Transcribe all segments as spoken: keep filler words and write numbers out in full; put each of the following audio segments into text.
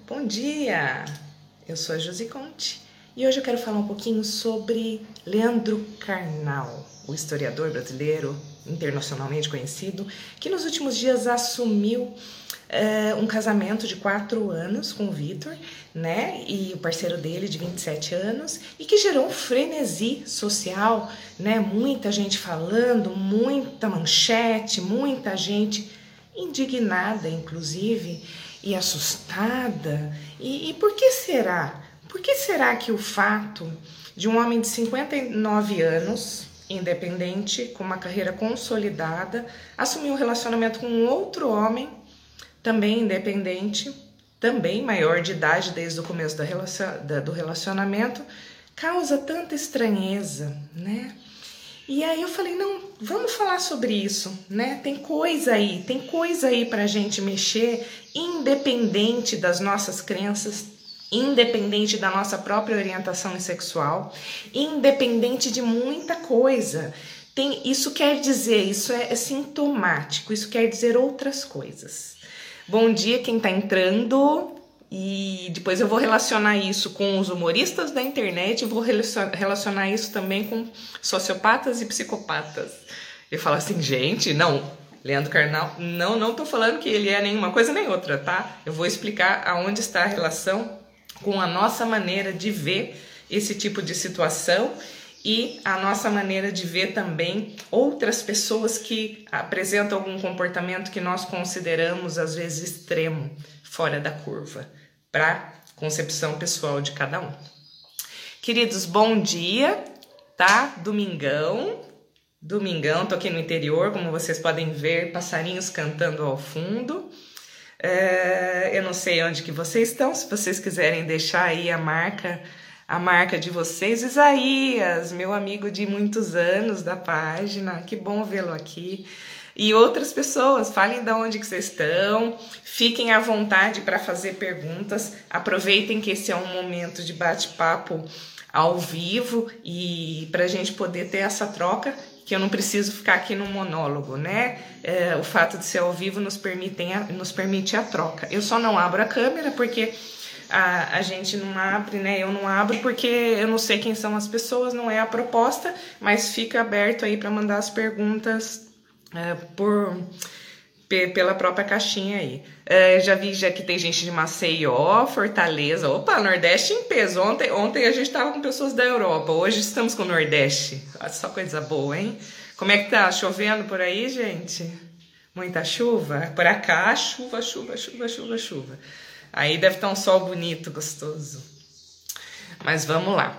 Bom dia! Eu sou a Josi Conte e hoje eu quero falar um pouquinho sobre Leandro Carnal, o historiador brasileiro internacionalmente conhecido, que nos últimos dias assumiu Uh, um casamento de quatro anos com o Vitor, né, e o parceiro dele de vinte e sete anos, e que gerou um frenesi social, né, muita gente falando, muita manchete, muita gente indignada, inclusive, e assustada. E, e por que será? Por que será que o fato de um homem de cinquenta e nove anos, independente, com uma carreira consolidada, assumir um relacionamento com um outro homem, também independente, também maior de idade desde o começo da relacion, da, do relacionamento, causa tanta estranheza, né? E aí eu falei, não, vamos falar sobre isso, né? Tem coisa aí, tem coisa aí pra gente mexer, independente das nossas crenças, independente da nossa própria orientação sexual, independente de muita coisa. Tem, isso quer dizer, isso é, é sintomático, isso quer dizer outras coisas. Bom dia quem tá entrando, e depois eu vou relacionar isso com os humoristas da internet e vou relacionar isso também com sociopatas e psicopatas. Eu falo assim, gente, não, Leandro Carnal, não, não tô falando que ele é nenhuma coisa nem outra, tá? Eu vou explicar aonde está a relação com a nossa maneira de ver esse tipo de situação e a nossa maneira de ver também outras pessoas que apresentam algum comportamento que nós consideramos às vezes extremo, fora da curva, para concepção pessoal de cada um. Queridos, bom dia, tá? Domingão, domingão, tô aqui no interior, como vocês podem ver, passarinhos cantando ao fundo. É, eu não sei onde que vocês estão, se vocês quiserem deixar aí a marca A marca de vocês. Isaías, meu amigo de muitos anos da página, que bom vê-lo aqui. E outras pessoas, falem de onde que vocês estão, fiquem à vontade para fazer perguntas, aproveitem que esse é um momento de bate-papo ao vivo e para a gente poder ter essa troca, que eu não preciso ficar aqui no monólogo, né? É, o fato de ser ao vivo nos, permitem a, nos permite a troca. Eu só não abro a câmera porque A, a gente não abre, né? Eu não abro porque eu não sei quem são as pessoas, não é a proposta, mas fica aberto aí para mandar as perguntas é, por, p, pela própria caixinha aí. É, já vi já que tem gente de Maceió, Fortaleza, opa, Nordeste em peso. Ontem, ontem a gente tava com pessoas da Europa, hoje estamos com o Nordeste. Só coisa boa, hein? Como é que tá? Chovendo por aí, gente? Muita chuva? Por cá, chuva, chuva, chuva, chuva, chuva. Aí deve estar um sol bonito, gostoso. Mas vamos lá.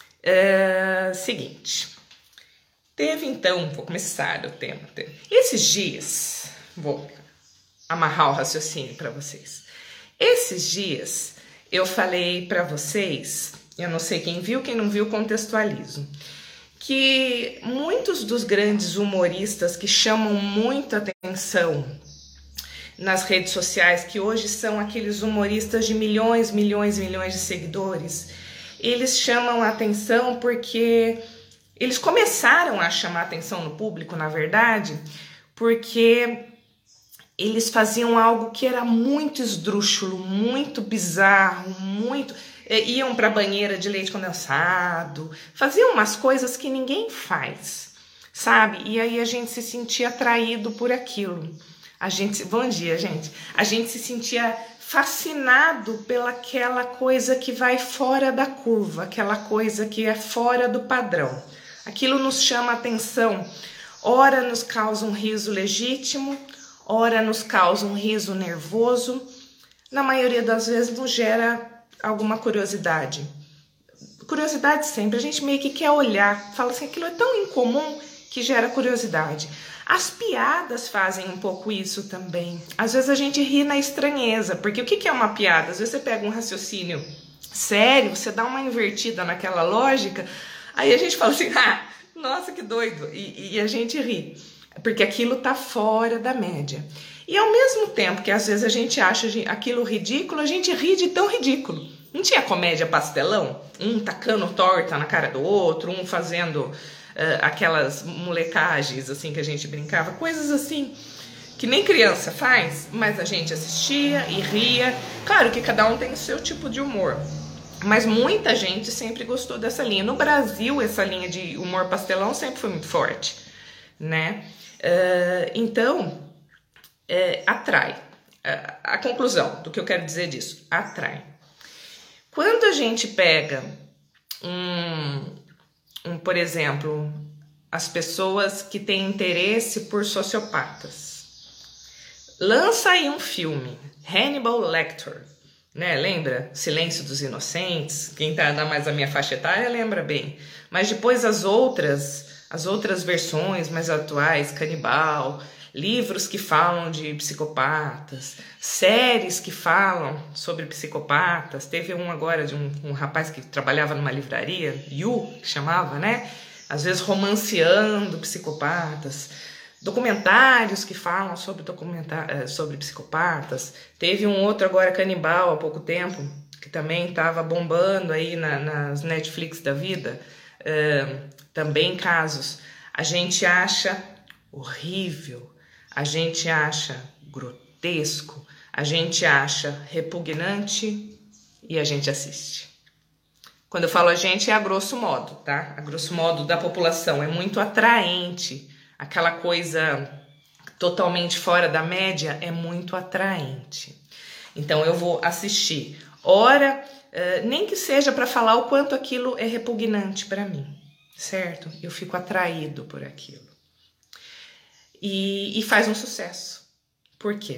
É, seguinte. Teve então, vou começar o tema. Esses dias, vou amarrar o raciocínio para vocês. Esses dias eu falei para vocês, eu não sei quem viu, quem não viu, contextualizo, que muitos dos grandes humoristas que chamam muita atenção nas redes sociais, que hoje são aqueles humoristas de milhões, milhões, milhões de seguidores, eles chamam a atenção porque eles começaram a chamar atenção no público, na verdade, porque eles faziam algo que era muito esdrúxulo, muito bizarro, muito... iam para a banheira de leite condensado, faziam umas coisas que ninguém faz, sabe? E aí a gente se sentia atraído por aquilo. A gente, bom dia, gente. A gente se sentia fascinado pelaquela coisa que vai fora da curva, aquela coisa que é fora do padrão. Aquilo nos chama a atenção. Ora nos causa um riso legítimo, ora nos causa um riso nervoso. Na maioria das vezes nos gera alguma curiosidade. Curiosidade sempre, a gente meio que quer olhar, fala assim, aquilo é tão incomum que gera curiosidade. As piadas fazem um pouco isso também. Às vezes a gente ri na estranheza, porque o que é uma piada? Às vezes você pega um raciocínio sério, você dá uma invertida naquela lógica, aí a gente fala assim, ah, nossa, que doido, e, e a gente ri, porque aquilo tá fora da média. E ao mesmo tempo que às vezes a gente acha aquilo ridículo, a gente ri de tão ridículo. Não tinha comédia pastelão? Um tacando torta na cara do outro, um fazendo... Uh, aquelas molecagens assim que a gente brincava, coisas assim que nem criança faz, mas a gente assistia e ria. Claro que cada um tem o seu tipo de humor, mas muita gente sempre gostou dessa linha. No Brasil, essa linha de humor pastelão sempre foi muito forte, né? Uh, então, uh, atrai. Uh, a conclusão do que eu quero dizer disso, atrai. Quando a gente pega, um, um, por exemplo, as pessoas que têm interesse por sociopatas, lança aí um filme, Hannibal Lecter, né? Lembra? Silêncio dos Inocentes. Quem tá mais na minha faixa etária lembra bem. Mas depois as outras, as outras versões mais atuais, Canibal, livros que falam de psicopatas, séries que falam sobre psicopatas. Teve um agora de um, um rapaz que trabalhava numa livraria, Yu, que chamava, né? Às vezes romanceando psicopatas. Documentários que falam sobre, documentar, sobre psicopatas. Teve um outro agora, Canibal, há pouco tempo, que também estava bombando aí na, nas Netflix da vida. Uh, também casos. A gente acha horrível, a gente acha grotesco, a gente acha repugnante e a gente assiste. Quando eu falo a gente, é a grosso modo, tá? A grosso modo da população. É muito atraente. Aquela coisa totalmente fora da média é muito atraente. Então eu vou assistir. Ora, uh, nem que seja para falar o quanto aquilo é repugnante para mim, certo? Eu fico atraído por aquilo. E, e faz um sucesso. Por quê?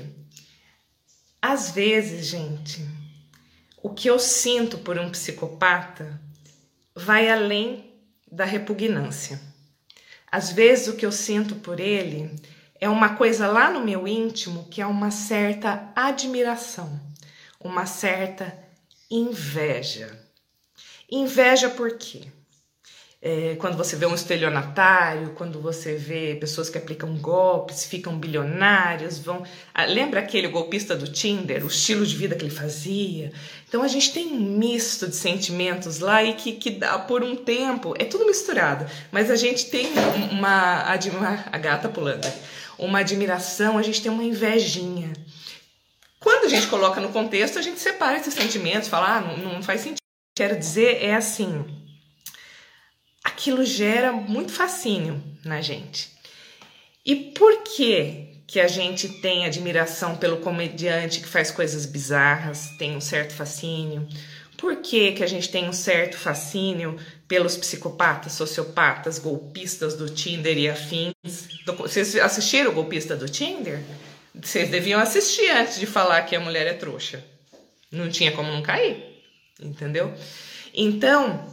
Às vezes, gente, o que eu sinto por um psicopata vai além da repugnância. Às vezes o que eu sinto por ele é uma coisa lá no meu íntimo que é uma certa admiração, uma certa inveja. Inveja por quê? É, quando você vê um estelionatário, quando você vê pessoas que aplicam golpes, ficam bilionários, vão... Ah, lembra aquele golpista do Tinder, o estilo de vida que ele fazia? Então a gente tem um misto de sentimentos lá e que, que dá por um tempo, é tudo misturado, mas a gente tem uma, uma a gata pulando, uma admiração, a gente tem uma invejinha. Quando a gente coloca no contexto, a gente separa esses sentimentos, fala, ah, não, não faz sentido. Quero dizer, é assim... Aquilo gera muito fascínio na gente. E por que que a gente tem admiração pelo comediante que faz coisas bizarras, tem um certo fascínio? Por que que a gente tem um certo fascínio pelos psicopatas, sociopatas, golpistas do Tinder e afins? Vocês assistiram o golpista do Tinder? Vocês deviam assistir antes de falar que a mulher é trouxa. Não tinha como não cair, entendeu? Então...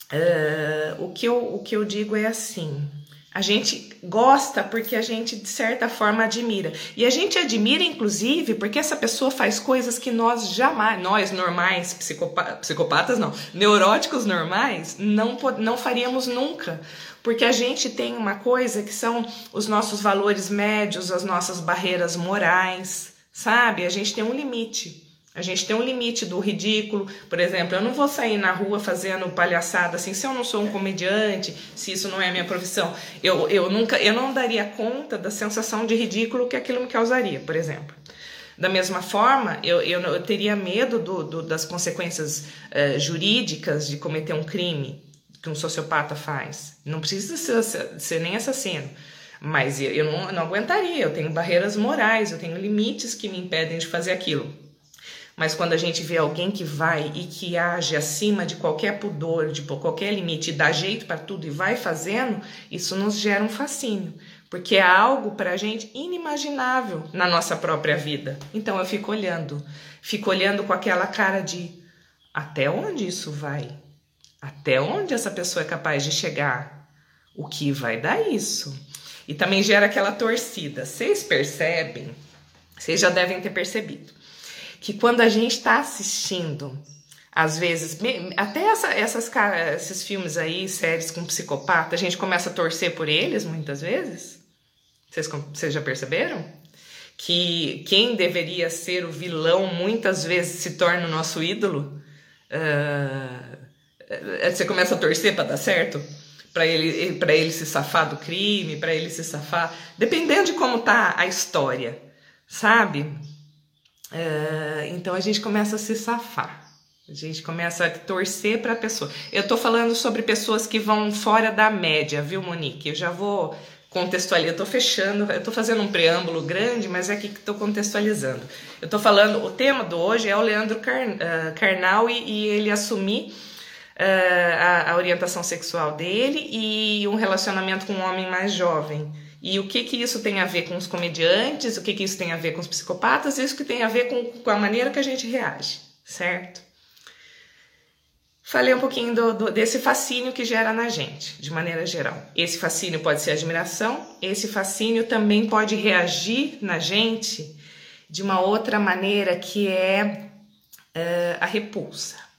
Uh, o, que eu, o que eu digo é assim, a gente gosta porque a gente de certa forma admira, e a gente admira inclusive porque essa pessoa faz coisas que nós jamais, nós normais, psicopa, psicopatas não, neuróticos normais, não, não faríamos nunca, porque a gente tem uma coisa que são os nossos valores médios, as nossas barreiras morais, sabe? A gente tem um limite. A gente tem um limite do ridículo. Por exemplo, eu não vou sair na rua fazendo palhaçada assim, se eu não sou um comediante, se isso não é a minha profissão. Eu, eu, nunca, eu não daria conta da sensação de ridículo que aquilo me causaria, por exemplo. Da mesma forma, eu, eu, eu teria medo do, do, das consequências uh, jurídicas de cometer um crime que um sociopata faz. Não precisa ser, ser nem assassino. Mas eu, eu não, não aguentaria. Eu tenho barreiras morais, eu tenho limites que me impedem de fazer aquilo. Mas quando a gente vê alguém que vai e que age acima de qualquer pudor, de qualquer limite, e dá jeito para tudo e vai fazendo, isso nos gera um fascínio. Porque é algo para a gente inimaginável na nossa própria vida. Então eu fico olhando, fico olhando com aquela cara de até onde isso vai? Até onde essa pessoa é capaz de chegar? O que vai dar isso? E também gera aquela torcida. Vocês percebem? Vocês já devem ter percebido. Que quando a gente está assistindo, às vezes, até essa, essas, esses filmes aí, séries com psicopata, a gente começa a torcer por eles, muitas vezes. Vocês, vocês já perceberam? Que quem deveria ser o vilão, muitas vezes, se torna o nosso ídolo. Uh, você começa a torcer para dar certo? para ele, para ele se safar do crime, para ele se safar, dependendo de como tá a história, sabe? Uh, então a gente começa a se safar, a gente começa a torcer para a pessoa. Eu tô falando sobre pessoas que vão fora da média, viu, Monique? Eu já vou contextualizar, eu tô fechando, eu tô fazendo um preâmbulo grande, mas é aqui que tô contextualizando. Eu tô falando, o tema do hoje é o Leandro Carnal e, e ele assumir Uh, a, a orientação sexual dele e um relacionamento com um homem mais jovem. E o que que isso tem a ver com os comediantes, o que que isso tem a ver com os psicopatas, isso que tem a ver com, com a maneira que a gente reage, certo? Falei um pouquinho do, do, desse fascínio que gera na gente, de maneira geral. Esse fascínio pode ser admiração, esse fascínio também pode reagir na gente de uma outra maneira que é uh, a repulsa.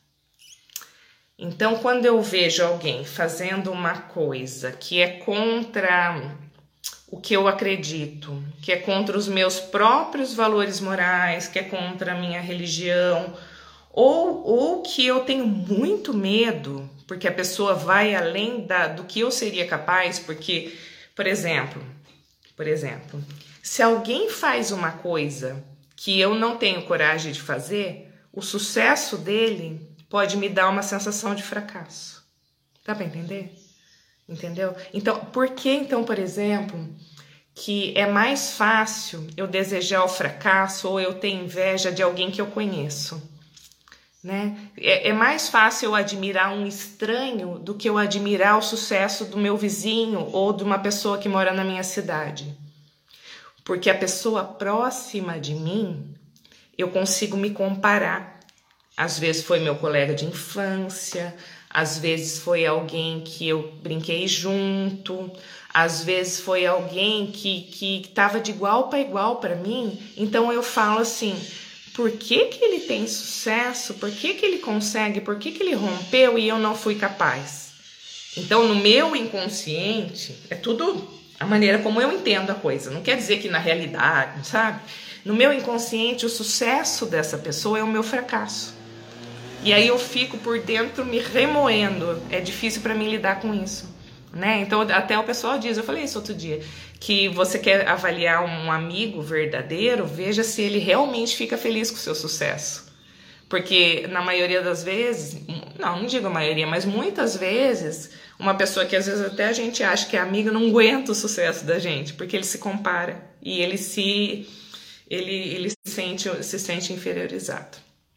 Então, quando eu vejo alguém fazendo uma coisa que é contra o que eu acredito, que é contra os meus próprios valores morais, que é contra a minha religião, ou, ou que eu tenho muito medo, porque a pessoa vai além da, do que eu seria capaz, porque, por exemplo, por exemplo, se alguém faz uma coisa que eu não tenho coragem de fazer, o sucesso dele pode me dar uma sensação de fracasso. Dá para entender? Entendeu? Então, por que então, por exemplo, que é mais fácil eu desejar o fracasso ou eu ter inveja de alguém que eu conheço? Né? É, é mais fácil eu admirar um estranho do que eu admirar o sucesso do meu vizinho ou de uma pessoa que mora na minha cidade. Porque a pessoa próxima de mim, eu consigo me comparar. Às vezes foi meu colega de infância, às vezes foi alguém que eu brinquei junto, às vezes foi alguém que que estava de igual para igual para mim. Então eu falo assim, por que que ele tem sucesso? Por que que ele consegue? Por que que ele rompeu e eu não fui capaz? Então no meu inconsciente, é tudo a maneira como eu entendo a coisa, não quer dizer que na realidade, sabe? No meu inconsciente o sucesso dessa pessoa é o meu fracasso. E aí eu fico por dentro me remoendo, é difícil para mim lidar com isso, né? Então até o pessoal diz, eu falei isso outro dia, que você quer avaliar um amigo verdadeiro, veja se ele realmente fica feliz com o seu sucesso. Porque na maioria das vezes, não, não digo a maioria, mas muitas vezes, uma pessoa que às vezes até a gente acha que é amiga não aguenta o sucesso da gente, porque ele se compara e ele se, ele, ele se, sente, se sente inferiorizado.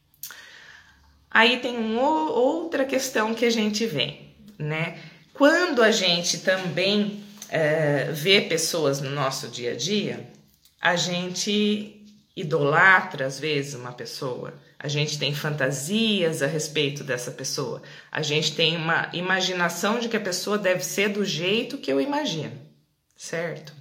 Aí tem uma outra questão que a gente vê, né? Quando a gente também é, vê pessoas no nosso dia a dia, a gente idolatra às vezes uma pessoa, a gente tem fantasias a respeito dessa pessoa, a gente tem uma imaginação de que a pessoa deve ser do jeito que eu imagino, certo?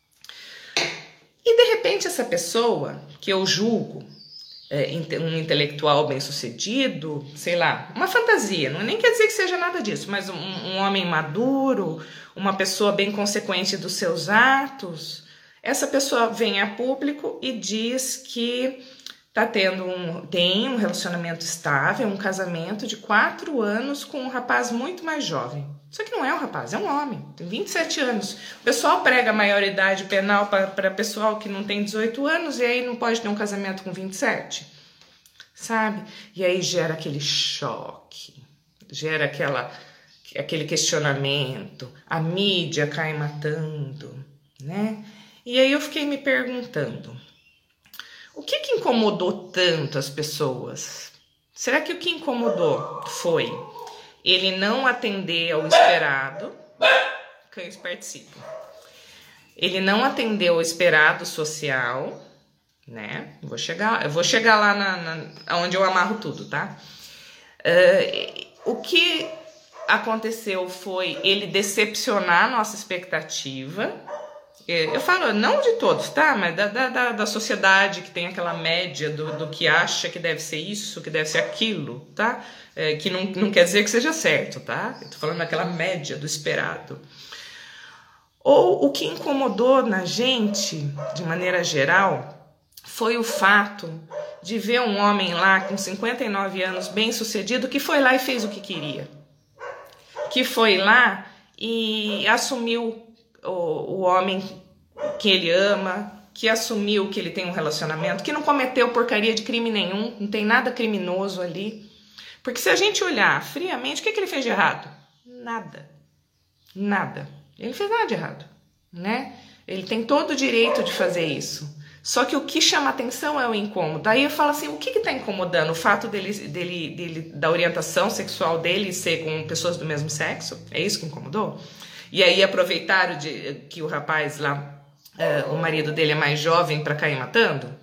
E de repente essa pessoa que eu julgo, um intelectual bem-sucedido, sei lá, uma fantasia, não nem quer dizer que seja nada disso, mas um, um homem maduro, uma pessoa bem consequente dos seus atos, essa pessoa vem a público e diz que tá tendo um, tem um relacionamento estável, um casamento de quatro anos com um rapaz muito mais jovem. Só que não é um rapaz, é um homem, tem vinte e sete anos. O pessoal prega a maioridade penal para pessoal que não tem dezoito anos e aí não pode ter um casamento com vinte e sete, sabe? E aí gera aquele choque, gera aquela, aquele questionamento, a mídia cai matando, né? E aí eu fiquei me perguntando, o que que incomodou tanto as pessoas? Será que o que incomodou foi ele não atender ao esperado? Cães participam. Ele não atendeu ao esperado social, né? Vou chegar, eu vou chegar lá na, na, onde eu amarro tudo, tá? Uh, o que aconteceu foi ele decepcionar a nossa expectativa. Eu falo, não de todos, tá? Mas da, da, da sociedade que tem aquela média do, do que acha que deve ser isso, que deve ser aquilo, tá? É, que não, não quer dizer que seja certo, tá? Eu tô falando daquela média do esperado. Ou o que incomodou na gente, de maneira geral, foi o fato de ver um homem lá com cinquenta e nove anos, bem sucedido, que foi lá e fez o que queria. Que foi lá e assumiu o, o homem que ele ama, que assumiu que ele tem um relacionamento, que não cometeu porcaria de crime nenhum, não tem nada criminoso ali. Porque se a gente olhar friamente, o que, que ele fez de errado? Nada. Nada. Ele não fez nada de errado, né? Ele tem todo o direito de fazer isso. Só que o que chama atenção é o incômodo. Aí eu falo assim, o que está incomodando? O fato dele, dele, dele, da orientação sexual dele ser com pessoas do mesmo sexo? É isso que incomodou? E aí aproveitaram de, que o rapaz lá, é, o marido dele é mais jovem para cair matando?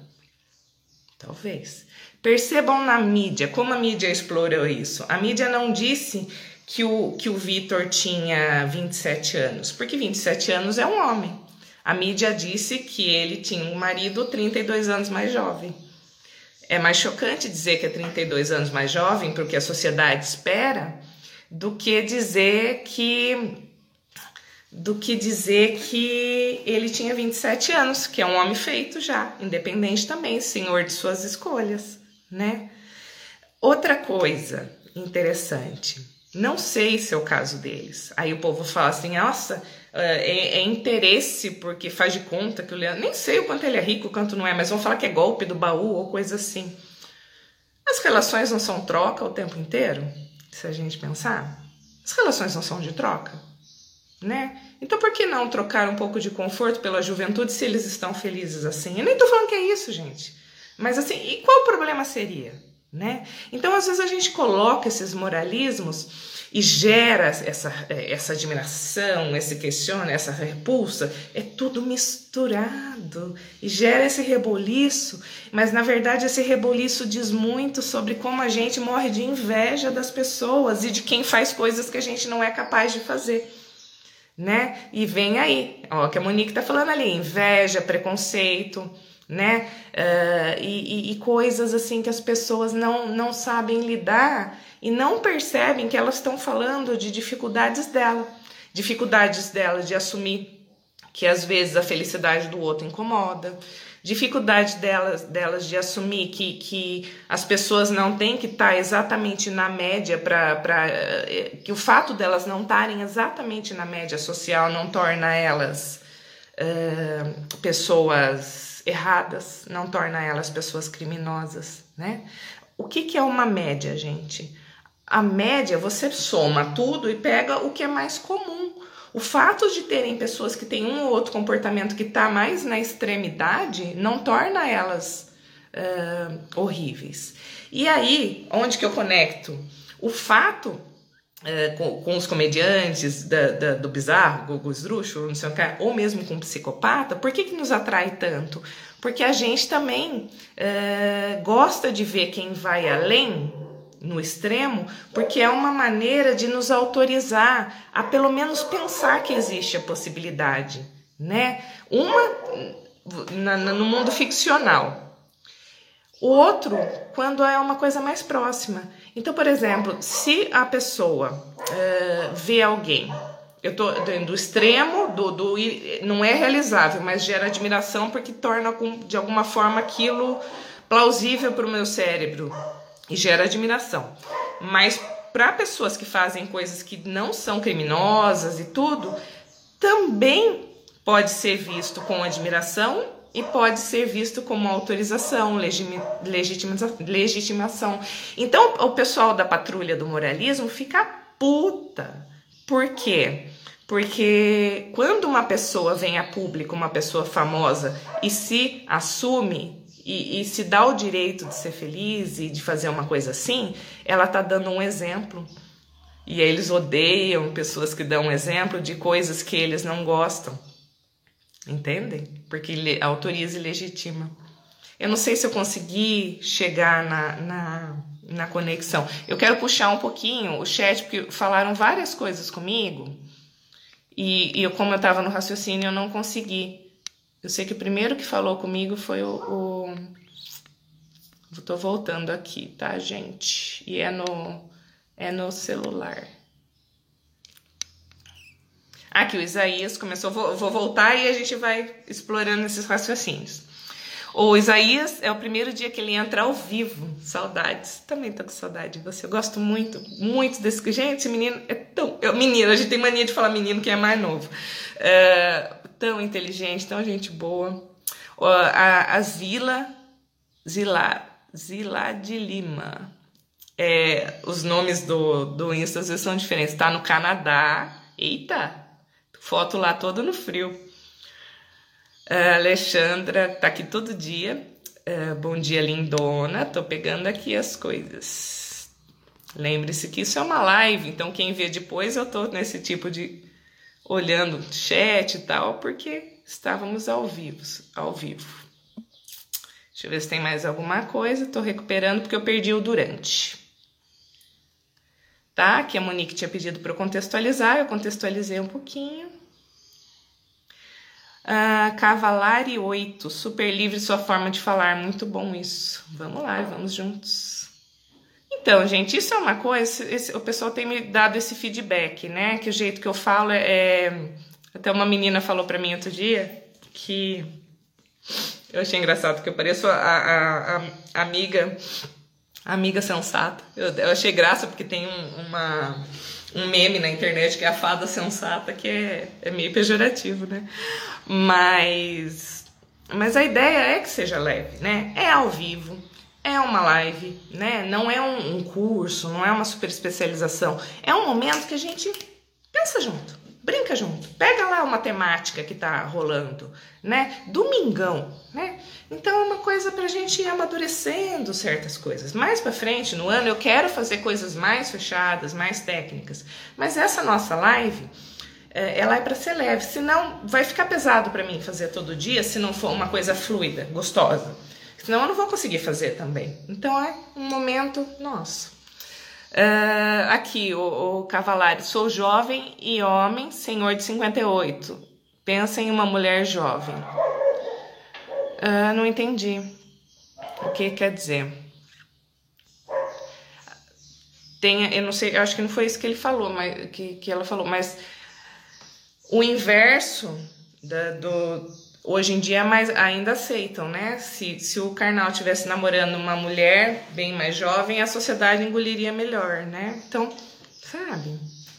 Talvez. Percebam na mídia, como a mídia explorou isso. A mídia não disse que o, que o Vitor tinha vinte e sete anos, porque vinte e sete anos é um homem. A mídia disse que ele tinha um marido trinta e dois anos mais jovem. É mais chocante dizer que é trinta e dois anos mais jovem, porque a sociedade espera, do que dizer que do que dizer que ele tinha vinte e sete anos, que é um homem feito já, independente também, senhor de suas escolhas, né? Outra coisa interessante, não sei se é o caso deles. Aí o povo fala assim, nossa, é, é interesse porque faz de conta que o Leandro... Nem sei o quanto ele é rico, o quanto não é, mas vão falar que é golpe do baú ou coisa assim. As relações não são troca o tempo inteiro, se a gente pensar. As relações não são de troca, né? Então por que não trocar um pouco de conforto pela juventude se eles estão felizes assim? Eu nem tô falando que é isso, gente. Mas assim, e qual o problema seria, né? Então às vezes a gente coloca esses moralismos e gera essa, essa admiração, esse questiona, essa repulsa, é tudo misturado e gera esse reboliço, mas na verdade esse reboliço diz muito sobre como a gente morre de inveja das pessoas e de quem faz coisas que a gente não é capaz de fazer, né? E vem aí, ó, que a Monique tá falando ali, inveja, preconceito, né? Uh, e, e, e coisas assim que as pessoas não, não sabem lidar e não percebem que elas estão falando de dificuldades dela, dificuldades dela de assumir que às vezes a felicidade do outro incomoda, dificuldade delas, delas de assumir que, que as pessoas não têm que estar exatamente na média, pra, pra, que o fato delas não estarem exatamente na média social não torna elas uh, pessoas erradas, não torna elas pessoas criminosas, né? O que, que é uma média, gente? A média, você soma tudo e pega o que é mais comum. O fato de terem pessoas que têm um ou outro comportamento que está mais na extremidade não torna elas uh, horríveis. E aí, onde que eu conecto? O fato uh, com, com os comediantes da, da, do bizarro, Gugu esdrúxulo, não sei o que, ou mesmo com um psicopata, por que, que nos atrai tanto? Porque a gente também uh, gosta de ver quem vai além, no extremo, porque é uma maneira de nos autorizar a pelo menos pensar que existe a possibilidade, né? Uma na, no mundo ficcional, o outro quando é uma coisa mais próxima. Então, por exemplo, se a pessoa uh, vê alguém, eu tô do extremo do, do não é realizável, mas gera admiração porque torna de alguma forma aquilo plausível para o meu cérebro e gera admiração. Mas para pessoas que fazem coisas que não são criminosas e tudo, também pode ser visto com admiração e pode ser visto como autorização, legitima, legitimação. Então o pessoal da patrulha do moralismo fica puta. Por quê? Porque quando uma pessoa vem a público, uma pessoa famosa, e se assume E, e se dá o direito de ser feliz e de fazer uma coisa assim, ela tá dando um exemplo. E aí eles odeiam pessoas que dão um exemplo de coisas que eles não gostam. Entendem? Porque ele autoriza e legitima. Eu não sei se eu consegui chegar na, na, na conexão. Eu quero puxar um pouquinho o chat, porque falaram várias coisas comigo. E, e eu, como eu estava no raciocínio, eu não consegui. Eu sei que o primeiro que falou comigo foi o... o... Eu tô voltando aqui, tá, gente? E é no, é no celular. Aqui, o Isaías começou... Vou, vou voltar e a gente vai explorando esses raciocínios. O Isaías é o primeiro dia que ele entra ao vivo. Saudades. Também tô com saudade de você. Eu gosto muito, muito desse... Gente, esse menino é tão... Eu, menino, a gente tem mania de falar menino que é mais novo. É, tão inteligente, tão gente boa. A, a Zila... Zila... Zila de Lima. É, os nomes do, do Insta às vezes são diferentes. Tá no Canadá. Eita! Foto lá toda no frio. Uh, Alexandra tá aqui todo dia. Uh, bom dia, lindona. Tô pegando aqui as coisas. Lembre-se que isso é uma live, então quem vê depois eu tô nesse tipo de olhando chat e tal, porque estávamos ao vivo, ao vivo. Deixa eu ver se tem mais alguma coisa. Tô recuperando porque eu perdi o durante. Tá? Que a Monique tinha pedido para eu contextualizar, eu contextualizei um pouquinho. Uh, Cavalari oito, super livre sua forma de falar, muito bom isso. Vamos lá, vamos juntos. Então, gente, isso é uma coisa, esse, o pessoal tem me dado esse feedback, né? Que o jeito que eu falo é... é até uma menina falou pra mim outro dia que... Eu achei engraçado, que eu pareço a, a, a, a amiga... Amiga sensata. Eu, eu achei graça porque tem um, uma... um meme na internet que é a fada sensata, que é, é meio pejorativo, né? Mas, mas a ideia é que seja leve, né? É ao vivo, é uma live, né? Não é um, um curso, não é uma super especialização. É um momento que a gente pensa junto, brinca junto. Pega lá uma temática que tá rolando, né? Domingão, né? Então é uma coisa pra gente ir amadurecendo certas coisas. Mais pra frente, no ano, eu quero fazer coisas mais fechadas, mais técnicas. Mas essa nossa live, ela é pra ser leve. Senão vai ficar pesado pra mim fazer todo dia, se não for uma coisa fluida, gostosa. Senão eu não vou conseguir fazer também. Então é um momento nosso. Uh, aqui, o, o Cavalari. Sou jovem e homem, senhor de cinquenta e oito. Pensa em uma mulher jovem. Uh, não entendi o que quer dizer. Tem, eu não sei, eu acho que não foi isso que ele falou, mas que, que ela falou, mas o inverso da, do hoje em dia mais ainda aceitam, né? Se, se o carnal estivesse namorando uma mulher bem mais jovem, a sociedade engoliria melhor, né? Então, sabe?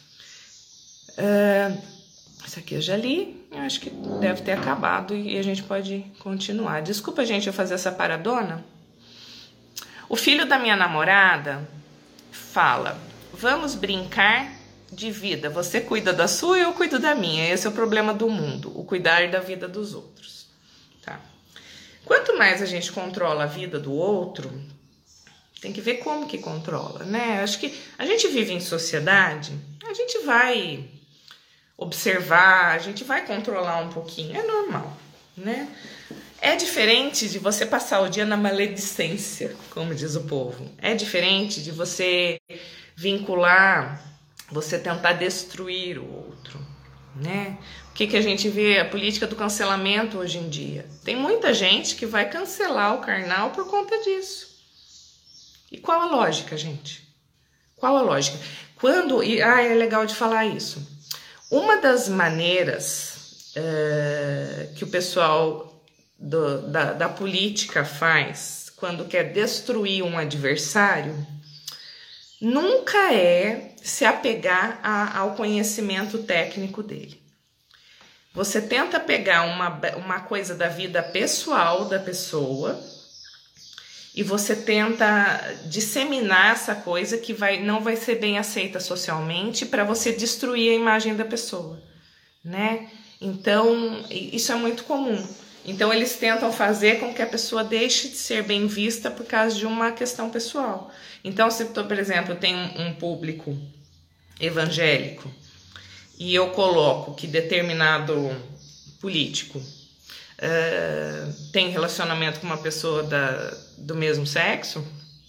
Uh, isso aqui eu já li. Eu acho que deve ter acabado e a gente pode continuar. Desculpa, gente, eu fazer essa paradona. O filho da minha namorada fala: vamos brincar de vida. Você cuida da sua e eu cuido da minha. Esse é o problema do mundo, o cuidar da vida dos outros. Tá? Quanto mais a gente controla a vida do outro, tem que ver como que controla, né? Acho que a gente vive em sociedade, a gente vai observar, a gente vai controlar um pouquinho, é normal, né? É diferente de você passar o dia na maledicência, como diz o povo. É diferente de você vincular, você tentar destruir o outro, né? O que que a gente vê? A política do cancelamento hoje em dia. Tem muita gente que vai cancelar o carnal por conta disso. E qual a lógica, gente? Qual a lógica? Quando... E, ah, é legal de falar isso. Uma das maneiras uh, que o pessoal do, da, da política faz quando quer destruir um adversário nunca é se apegar a, ao conhecimento técnico dele. Você tenta pegar uma, uma coisa da vida pessoal da pessoa e você tenta disseminar essa coisa que vai, não vai ser bem aceita socialmente para você destruir a imagem da pessoa, né? Então, isso é muito comum. Então, eles tentam fazer com que a pessoa deixe de ser bem vista por causa de uma questão pessoal. Então, se, por exemplo, tem um público evangélico e eu coloco que determinado político Uh, tem relacionamento com uma pessoa da, do mesmo sexo,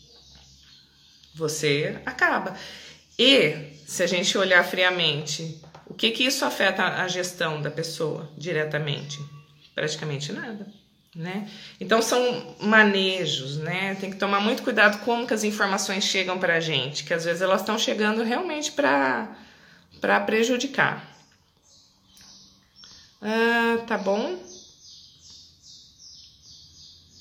você acaba. E, se a gente olhar friamente, o que que isso afeta a gestão da pessoa diretamente? Praticamente nada, né? Então, são manejos, né? Tem que tomar muito cuidado como que as informações chegam pra gente, que às vezes elas estão chegando realmente para para prejudicar. Uh, tá bom?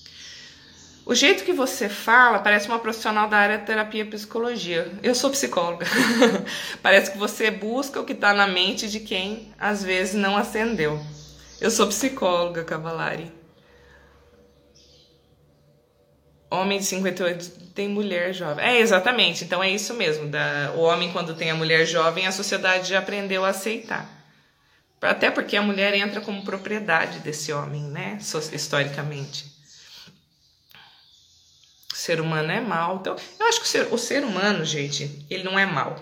O jeito que você fala parece uma profissional da área de terapia e psicologia. Eu sou psicóloga. Parece que você busca o que está na mente de quem às vezes não acendeu. Eu sou psicóloga, Cavalari. Homem de cinquenta e oito tem mulher jovem. É, exatamente. Então é isso mesmo. Da, o homem, quando tem a mulher jovem, a sociedade já aprendeu a aceitar. Até porque a mulher entra como propriedade desse homem, né? Historicamente. O ser humano é mau. Então, eu acho que o ser, o ser humano, gente, ele não é mau.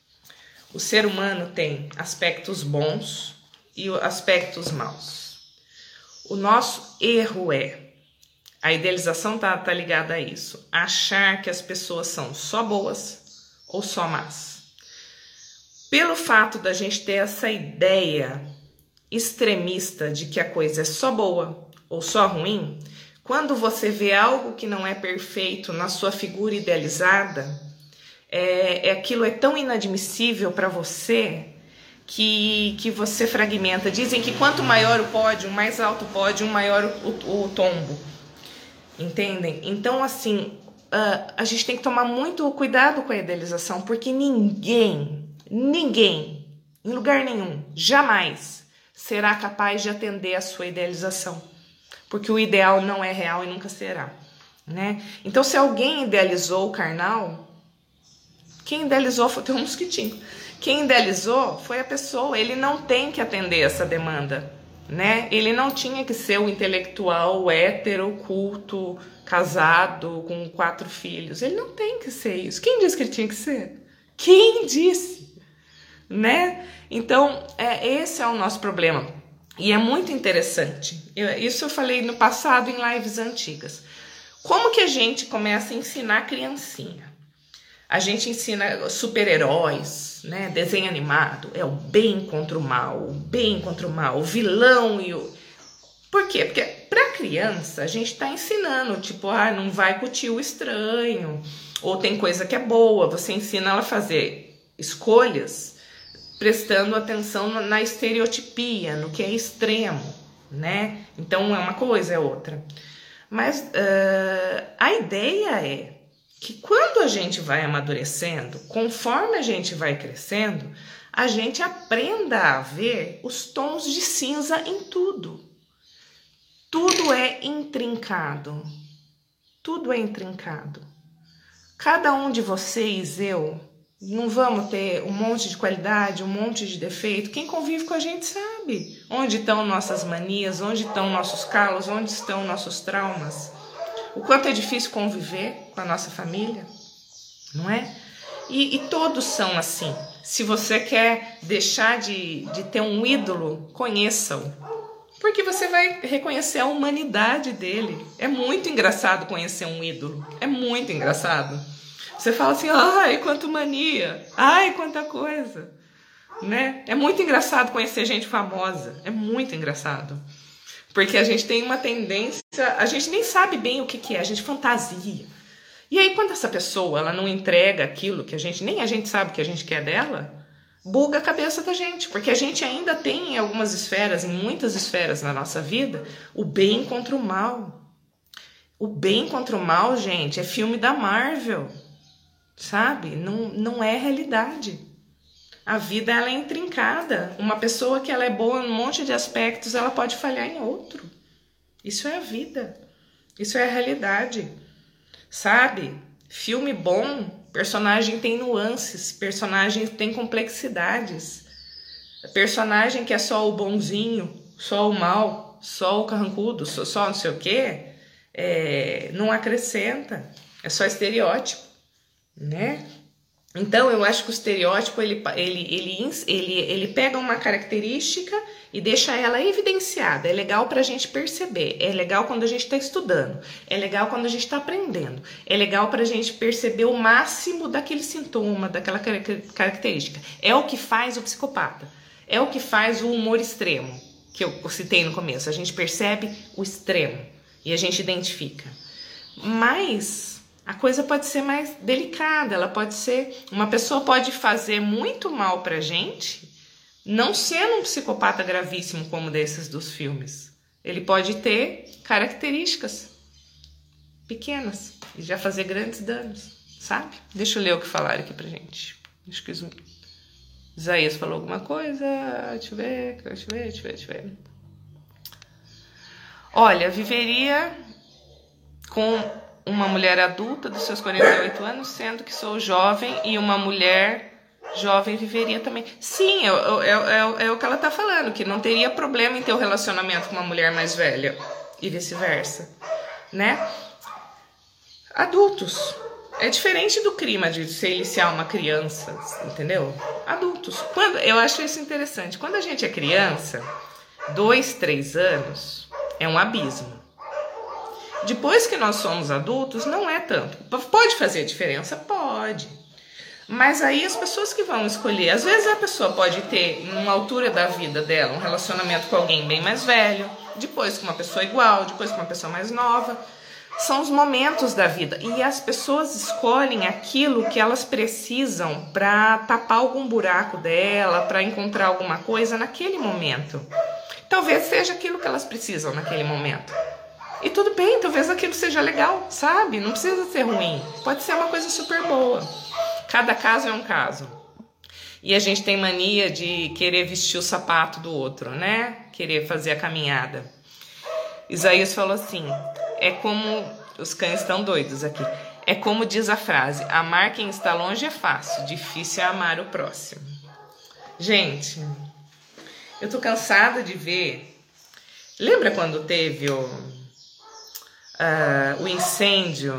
O ser humano tem aspectos bons e aspectos maus. O nosso erro é, a idealização tá, tá ligada a isso, achar que as pessoas são só boas ou só más. Pelo fato da gente ter essa ideia extremista de que a coisa é só boa ou só ruim, quando você vê algo que não é perfeito na sua figura idealizada, é, é aquilo é tão inadmissível para você que, que você fragmenta. Dizem que quanto maior o pódio, mais alto o pódio, maior o, o, o tombo. Entendem? Então, assim, uh, a gente tem que tomar muito cuidado com a idealização, porque ninguém, ninguém, em lugar nenhum, jamais será capaz de atender a sua idealização. Porque o ideal não é real e nunca será, né? Então, se alguém idealizou o carnal, quem idealizou foi um mosquitinho. Quem idealizou foi a pessoa. Ele não tem que atender essa demanda, né? Ele não tinha que ser o intelectual hétero, culto, casado, com quatro filhos. Ele não tem que ser isso. Quem disse que ele tinha que ser? Quem disse? Né? Então, é, esse é o nosso problema. E é muito interessante. Eu, isso eu falei no passado em lives antigas. Como que a gente começa a ensinar a criancinha? A gente ensina super-heróis, né? Desenho animado. É o bem contra o mal, o bem contra o mal, o vilão e o... Por quê? Porque para criança a gente está ensinando, tipo, ah, não vai com o tio estranho, ou tem coisa que é boa. Você ensina ela a fazer escolhas prestando atenção na estereotipia, no que é extremo, né? Então é uma coisa, é outra. Mas uh, a ideia é que quando a gente vai amadurecendo, conforme a gente vai crescendo, a gente aprenda a ver os tons de cinza em tudo. Tudo é intrincado. Tudo é intrincado. Cada um de vocês, eu... Não vamos ter um monte de qualidade, um monte de defeito. Quem convive com a gente sabe onde estão nossas manias, onde estão nossos calos, onde estão nossos traumas. O quanto é difícil conviver com a nossa família, não é? E, e todos são assim. Se você quer deixar de, de ter um ídolo, conheça-o. Porque você vai reconhecer a humanidade dele. É muito engraçado conhecer um ídolo. É muito engraçado. Você fala assim, ai, quanta mania, ai, quanta coisa, né? É muito engraçado conhecer gente famosa, é muito engraçado. Porque a gente tem uma tendência, a gente nem sabe bem o que, que é, a gente fantasia. E aí quando essa pessoa, ela não entrega aquilo que a gente, nem a gente sabe o que a gente quer dela, buga a cabeça da gente. Porque a gente ainda tem em algumas esferas, em muitas esferas na nossa vida, o bem contra o mal. O bem contra o mal, gente, é filme da Marvel. Sabe? Não, não é realidade. A vida, ela é intrincada. Uma pessoa que ela é boa em um monte de aspectos, ela pode falhar em outro. Isso é a vida. Isso é a realidade. Sabe? Filme bom, personagem tem nuances, personagem tem complexidades. Personagem que é só o bonzinho, só o mal, só o carrancudo, só, só não sei o quê, é, não acrescenta. É só estereótipo. Né? Então eu acho que o estereótipo ele, ele, ele, ele, ele pega uma característica e deixa ela evidenciada. É legal para a gente perceber, é legal quando a gente está estudando, é legal quando a gente está aprendendo, é legal para a gente perceber o máximo daquele sintoma, daquela característica. É o que faz o psicopata, é o que faz o humor extremo, que eu citei no começo. A gente percebe o extremo e a gente identifica. Mas a coisa pode ser mais delicada, ela pode ser... Uma pessoa pode fazer muito mal pra gente, não sendo um psicopata gravíssimo como desses dos filmes. Ele pode ter características, pequenas e já fazer grandes danos, sabe? Deixa eu ler o que falaram aqui pra gente. Acho que o Isaías falou alguma coisa. Deixa eu ver, deixa eu ver, deixa eu ver, deixa eu ver. Olha, viveria com uma mulher adulta dos seus quarenta e oito anos, sendo que sou jovem, e uma mulher jovem viveria também. Sim, é, é, é, é o que ela tá falando, que não teria problema em ter um relacionamento com uma mulher mais velha e vice-versa, né? Adultos. É diferente do clima de se iniciar uma criança, entendeu? Adultos. Quando, eu acho isso interessante. Quando a gente é criança, dois, três anos, é um abismo. Depois que nós somos adultos, não é tanto. Pode fazer diferença? Pode. Mas aí as pessoas que vão escolher, às vezes a pessoa pode ter, numa altura da vida dela, um relacionamento com alguém bem mais velho, depois com uma pessoa igual, depois com uma pessoa mais nova. São os momentos da vida. E as pessoas escolhem aquilo que elas precisam para tapar algum buraco dela, para encontrar alguma coisa naquele momento. Talvez seja aquilo que elas precisam naquele momento. E tudo bem, talvez aquilo seja legal, sabe? Não precisa ser ruim. Pode ser uma coisa super boa. Cada caso é um caso. E a gente tem mania de querer vestir o sapato do outro, né? Querer fazer a caminhada. Isaías falou assim, é como... Os cães estão doidos aqui. É como diz a frase, amar quem está longe é fácil, difícil é amar o próximo. Gente, eu tô cansada de ver... Lembra quando teve o, uh, o incêndio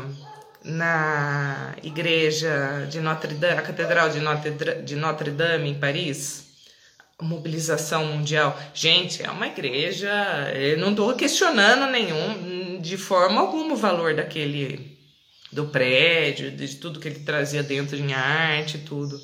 na igreja de Notre Dame, a Catedral de Notre, de Notre Dame, em Paris? Mobilização mundial. Gente, é uma igreja... Eu não estou questionando nenhum, de forma alguma, o valor daquele... do prédio, de tudo que ele trazia dentro em arte e tudo.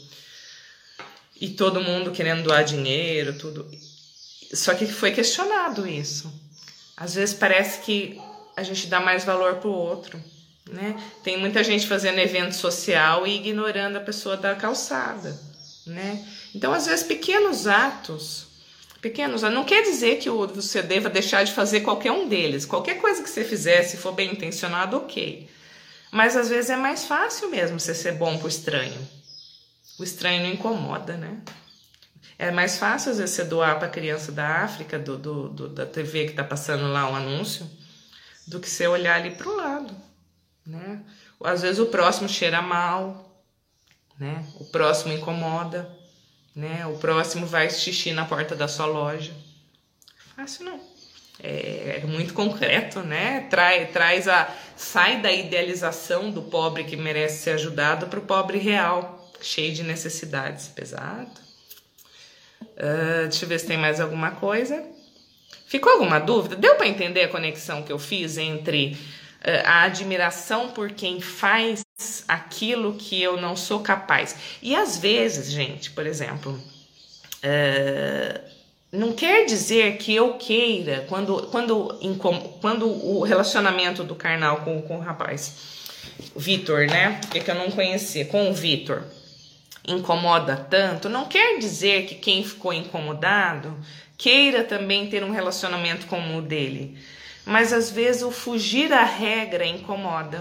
E todo mundo querendo doar dinheiro, tudo... Só que foi questionado isso. Às vezes parece que a gente dá mais valor pro outro, né? Tem muita gente fazendo evento social e ignorando a pessoa da calçada, né? Então, às vezes, pequenos atos, pequenos atos, não quer dizer que você deva deixar de fazer qualquer um deles. Qualquer coisa que você fizer, se for bem intencionado, ok. Mas, às vezes, é mais fácil mesmo você ser bom pro estranho. O estranho não incomoda, né? É mais fácil, às vezes, você doar para a criança da África, do, do, do, da T V que está passando lá um anúncio, do que você olhar ali para o lado, né? Às vezes o próximo cheira mal, né? O próximo incomoda, né? O próximo vai xixi na porta da sua loja. Fácil não. É, é muito concreto, né? Traz, traz a, sai da idealização do pobre que merece ser ajudado para o pobre real, cheio de necessidades. Pesado. Uh, deixa eu ver se tem mais alguma coisa. Ficou alguma dúvida? Deu para entender a conexão que eu fiz entre uh, a admiração por quem faz aquilo que eu não sou capaz? E às vezes, gente, por exemplo, uh, não quer dizer que eu queira, quando, quando, quando o relacionamento do carnal com, com o rapaz, o Vitor, né? Porque que eu não conhecia, com o Vitor, incomoda tanto, não quer dizer que quem ficou incomodado queira também ter um relacionamento como o dele. Mas às vezes o fugir à regra incomoda.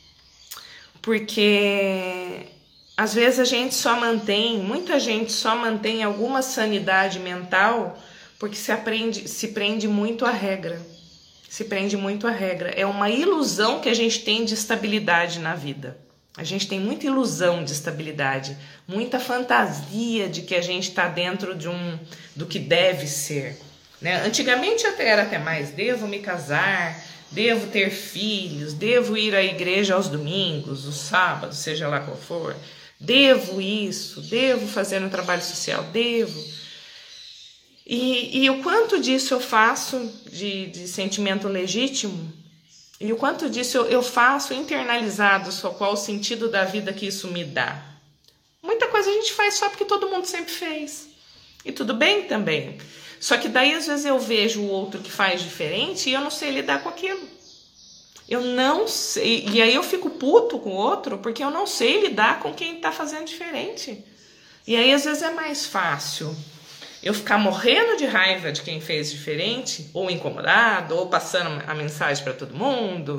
Porque às vezes a gente só mantém, muita gente só mantém alguma sanidade mental porque se, aprende, se prende muito à regra. Se prende muito à regra. É uma ilusão que a gente tem de estabilidade na vida. A gente tem muita ilusão de estabilidade, muita fantasia de que a gente está dentro de um, do que deve ser, né? Antigamente até era até mais, devo me casar, devo ter filhos, devo ir à igreja aos domingos, os sábados, seja lá qual for, devo isso, devo fazer no trabalho social, devo. E, e o quanto disso eu faço de, de sentimento legítimo, e o quanto disso eu, eu faço internalizado, só qual o sentido da vida que isso me dá. Muita coisa a gente faz só porque todo mundo sempre fez. E tudo bem também. Só que daí às vezes eu vejo o outro que faz diferente e eu não sei lidar com aquilo. Eu não sei. E aí eu fico puto com o outro porque eu não sei lidar com quem está fazendo diferente. E aí às vezes é mais fácil eu ficar morrendo de raiva de quem fez diferente, ou incomodado, ou passando a mensagem para todo mundo,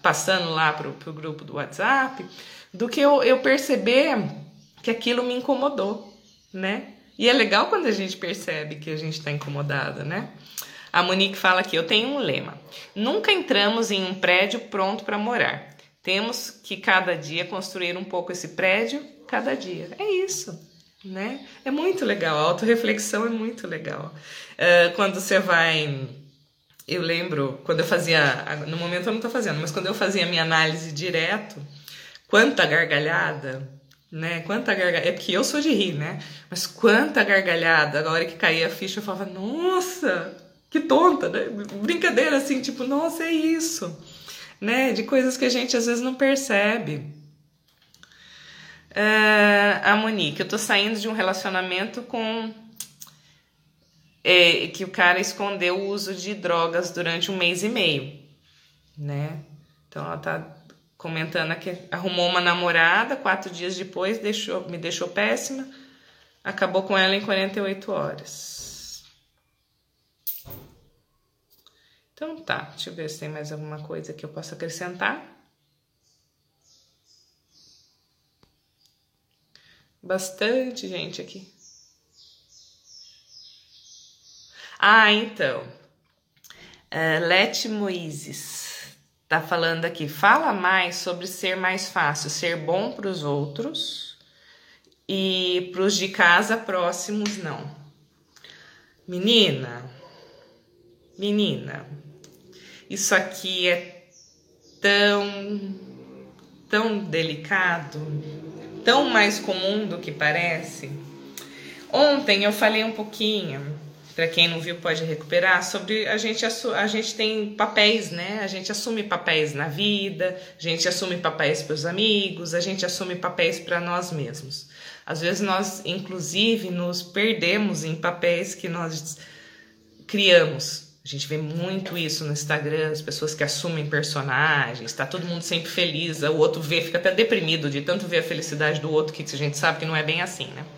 passando lá pro, pro grupo do WhatsApp, do que eu, eu perceber que aquilo me incomodou, né? E é legal quando a gente percebe que a gente está incomodada, né? A Monique fala aqui, eu tenho um lema. Nunca entramos em um prédio pronto para morar. Temos que cada dia construir um pouco esse prédio, cada dia. É isso, né? É muito legal, a autorreflexão é muito legal. Uh, quando você vai... Eu lembro, quando eu fazia... No momento eu não estou fazendo, mas quando eu fazia a minha análise direto, quanta gargalhada... Né? Quanta gargalhada, é porque eu sou de rir, né? Mas quanta gargalhada, na hora que caía a ficha eu falava, nossa, que tonta, né? Brincadeira assim, tipo, nossa, é isso, né? De coisas que a gente às vezes não percebe. Uh, a Monique, eu tô saindo de um relacionamento com é, que o cara escondeu o uso de drogas durante um mês e meio, né? Então ela tá comentando que arrumou uma namorada, quatro dias depois deixou, me deixou péssima, acabou com ela em quarenta e oito horas. Então tá, deixa eu ver se tem mais alguma coisa que eu possa acrescentar. Bastante gente aqui. Ah, então, uh, Lete Moises tá falando aqui, fala mais sobre ser mais fácil, ser bom para os outros e para os de casa próximos não. Menina, menina, isso aqui é tão, tão delicado, tão mais comum do que parece. Ontem eu falei um pouquinho, para quem não viu pode recuperar, sobre a gente, a gente tem papéis, né? A gente assume papéis na vida, a gente assume papéis para os amigos, a gente assume papéis para nós mesmos. Às vezes nós, inclusive, nos perdemos em papéis que nós criamos. A gente vê muito isso no Instagram, as pessoas que assumem personagens, tá todo mundo sempre feliz, o outro vê, fica até deprimido de tanto ver a felicidade do outro, que a gente sabe que não é bem assim, né?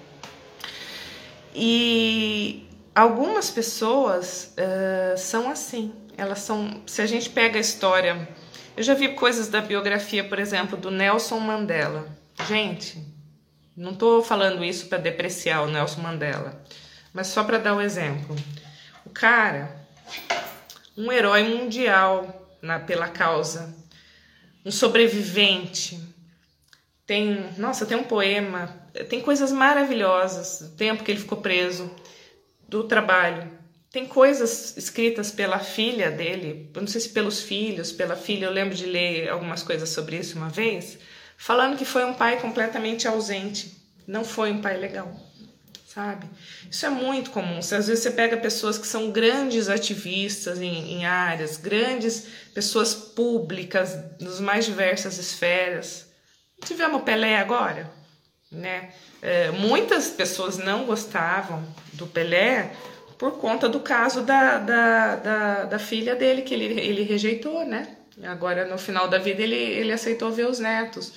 E algumas pessoas uh, são assim, elas são, se a gente pega a história, eu já vi coisas da biografia, por exemplo, do Nelson Mandela. Gente, não tô falando isso para depreciar o Nelson Mandela, mas só para dar o exemplo. O cara, um herói mundial na, pela causa, um sobrevivente, tem, nossa, tem um poema, tem coisas maravilhosas, do tempo que ele ficou preso, do trabalho. Tem coisas escritas pela filha dele, eu não sei se pelos filhos, pela filha, eu lembro de ler algumas coisas sobre isso uma vez, falando que foi um pai completamente ausente, não foi um pai legal, sabe? Isso é muito comum. Às vezes você pega pessoas que são grandes ativistas em, em áreas, grandes pessoas públicas, nas mais diversas esferas. Tivemos Pelé agora, né? É, muitas pessoas não gostavam do Pelé por conta do caso da, da, da, da filha dele, que ele, ele rejeitou, né? Agora, no final da vida, ele, ele aceitou ver os netos.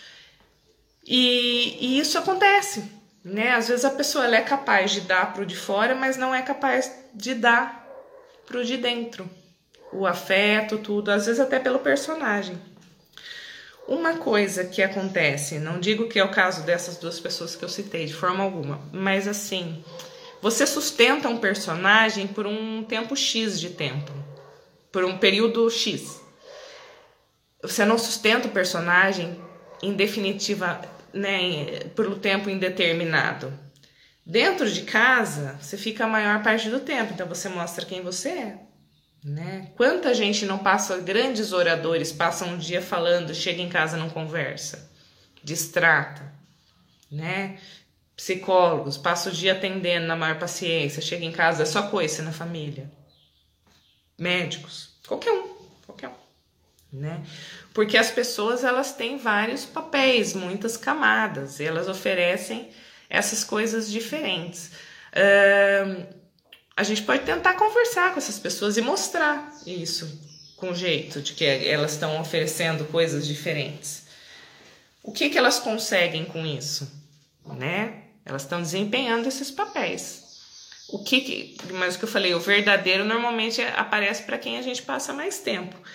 E, e isso acontece, né? Às vezes a pessoa ela é capaz de dar pro de fora, mas não é capaz de dar pro de dentro. O afeto, tudo, às vezes até pelo personagem. Uma coisa que acontece, não digo que é o caso dessas duas pessoas que eu citei, de forma alguma, mas assim, você sustenta um personagem por um tempo X de tempo, por um período X. Você não sustenta o personagem em definitiva, né, por um tempo indeterminado. Dentro de casa, você fica a maior parte do tempo, então você mostra quem você é. Né? Quanta gente não passa, grandes oradores passam um dia falando, chega em casa e não conversa, distrata, né? Psicólogos passam o dia atendendo na maior paciência, chega em casa é só coisa na família. Médicos, qualquer um, qualquer um, né? Porque as pessoas elas têm vários papéis, muitas camadas, e elas oferecem essas coisas diferentes. Uh, A gente pode tentar conversar com essas pessoas e mostrar isso com jeito, de que elas estão oferecendo coisas diferentes. O que, que elas conseguem com isso? Né? Elas estão desempenhando esses papéis. O que, que mas o que eu falei, o verdadeiro normalmente aparece para quem a gente passa mais tempo.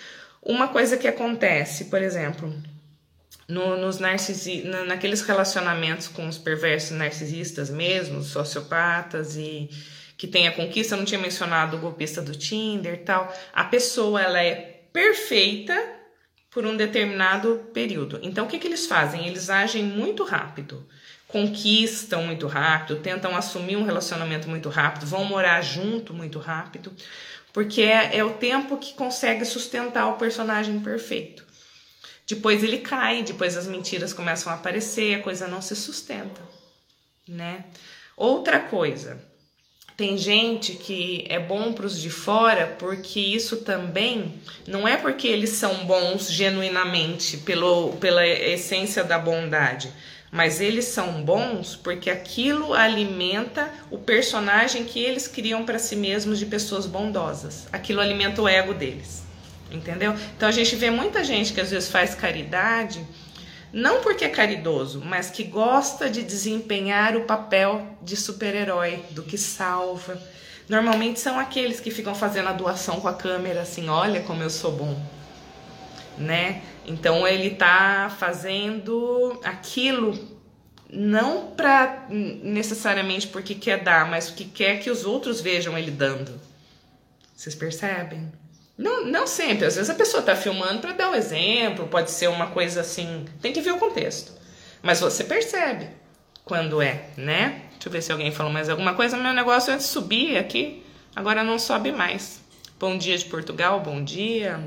Uma coisa que acontece, por exemplo, no, nos narcisi, na, naqueles relacionamentos com os perversos narcisistas mesmo, sociopatas e que tem a conquista, eu não tinha mencionado o golpista do Tinder e tal, a pessoa ela é perfeita por um determinado período. Então o que, que eles fazem? Eles agem muito rápido, conquistam muito rápido, tentam assumir um relacionamento muito rápido, vão morar junto muito rápido, porque é, é o tempo que consegue sustentar o personagem perfeito. Depois ele cai, depois as mentiras começam a aparecer, a coisa não se sustenta, né? Outra coisa, tem gente que é bom para os de fora porque isso também não é porque eles são bons genuinamente, pelo, pela essência da bondade, mas eles são bons porque aquilo alimenta o personagem que eles criam para si mesmos de pessoas bondosas. Aquilo alimenta o ego deles, entendeu? Então a gente vê muita gente que às vezes faz caridade, não porque é caridoso, mas que gosta de desempenhar o papel de super-herói, do que salva. Normalmente são aqueles que ficam fazendo a doação com a câmera assim, olha como eu sou bom, né? Então ele tá fazendo aquilo não para necessariamente porque quer dar, mas porque quer que os outros vejam ele dando. Vocês percebem? Não, não sempre, às vezes a pessoa tá filmando para dar o exemplo, pode ser uma coisa assim, tem que ver o contexto. Mas você percebe quando é, né? Deixa eu ver se alguém falou mais alguma coisa. Meu negócio antes subia aqui, agora não sobe mais. Bom dia de Portugal, bom dia.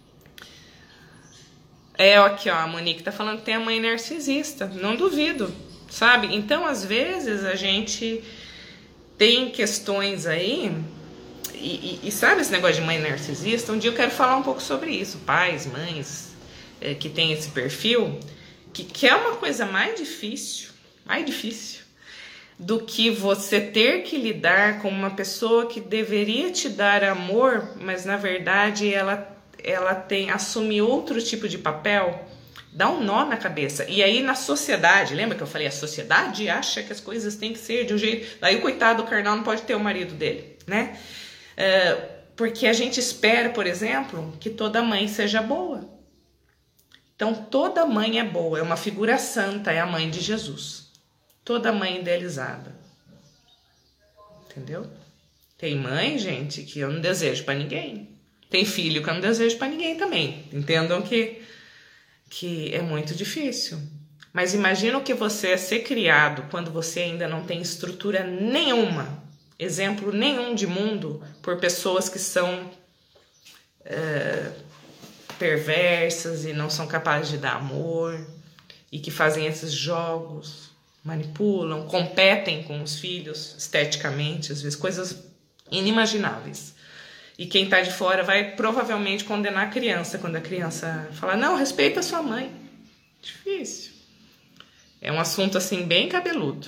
É, aqui ó, a Monique tá falando que tem a mãe narcisista, não duvido, sabe? Então, às vezes, a gente tem questões aí, e, e, e sabe esse negócio de mãe narcisista? Um dia eu quero falar um pouco sobre isso, pais, mães, é, que tem esse perfil, que, que é uma coisa mais difícil, mais difícil, do que você ter que lidar com uma pessoa que deveria te dar amor, mas na verdade ela ela tem, assume outro tipo de papel, dá um nó na cabeça. E aí na sociedade, lembra que eu falei, a sociedade acha que as coisas têm que ser de um jeito, aí o coitado do carnal não pode ter o marido dele, né? É, porque a gente espera, por exemplo, que toda mãe seja boa. Então toda mãe é boa, é uma figura santa, é a mãe de Jesus. Toda mãe idealizada. Entendeu? Tem mãe, gente, que eu não desejo pra ninguém. Tem filho que eu não desejo pra ninguém também. Entendam que, que é muito difícil. Mas imagina o que você é ser criado quando você ainda não tem estrutura nenhuma, exemplo nenhum de mundo, por pessoas que são é, perversas e não são capazes de dar amor e que fazem esses jogos, manipulam, competem com os filhos esteticamente, às vezes coisas inimagináveis. E quem tá de fora vai provavelmente condenar a criança quando a criança fala, não, respeita a sua mãe. Difícil. É um assunto assim bem cabeludo.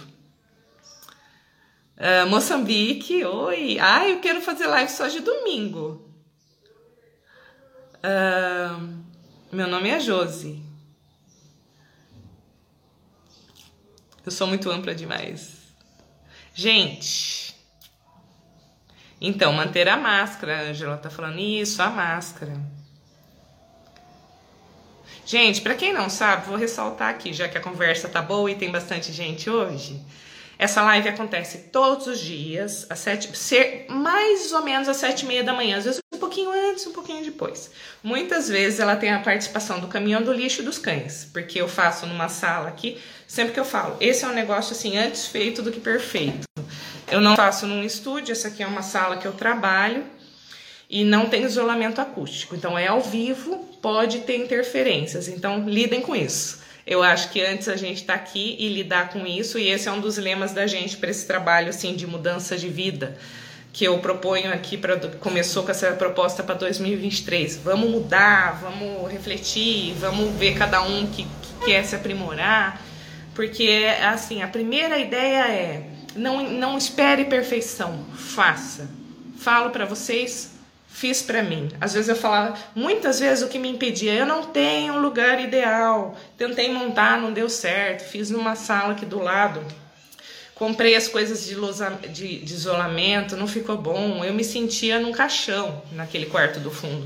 Uh, Moçambique, oi. Ah, eu quero fazer live só de domingo. Uh, meu nome é Josi. Eu sou muito ampla demais. Gente, então, manter a máscara. A Angela tá falando isso, a máscara. Gente, pra quem não sabe, vou ressaltar aqui, já que a conversa tá boa e tem bastante gente hoje. Essa live acontece todos os dias, às sete, ser mais ou menos às sete e meia da manhã, às vezes um pouquinho antes, um pouquinho depois. Muitas vezes ela tem a participação do caminhão do lixo e dos cães, porque eu faço numa sala aqui, sempre que eu falo, esse é um negócio assim, antes feito do que perfeito. Eu não faço num estúdio, essa aqui é uma sala que eu trabalho e não tem isolamento acústico. Então é ao vivo, pode ter interferências, então lidem com isso. Eu acho que antes a gente tá aqui e lidar com isso, e esse é um dos lemas da gente para esse trabalho assim, de mudança de vida, que eu proponho aqui, pra, começou com essa proposta para dois mil e vinte e três. Vamos mudar, vamos refletir, vamos ver cada um que, que quer se aprimorar, porque assim, a primeira ideia é Não, não espere perfeição, faça. Falo para vocês, fiz para mim. Às vezes eu falava, muitas vezes o que me impedia, eu não tenho um lugar ideal, tentei montar, não deu certo, fiz numa sala aqui do lado, comprei as coisas de, losa, de, de isolamento, não ficou bom, eu me sentia num caixão naquele quarto do fundo.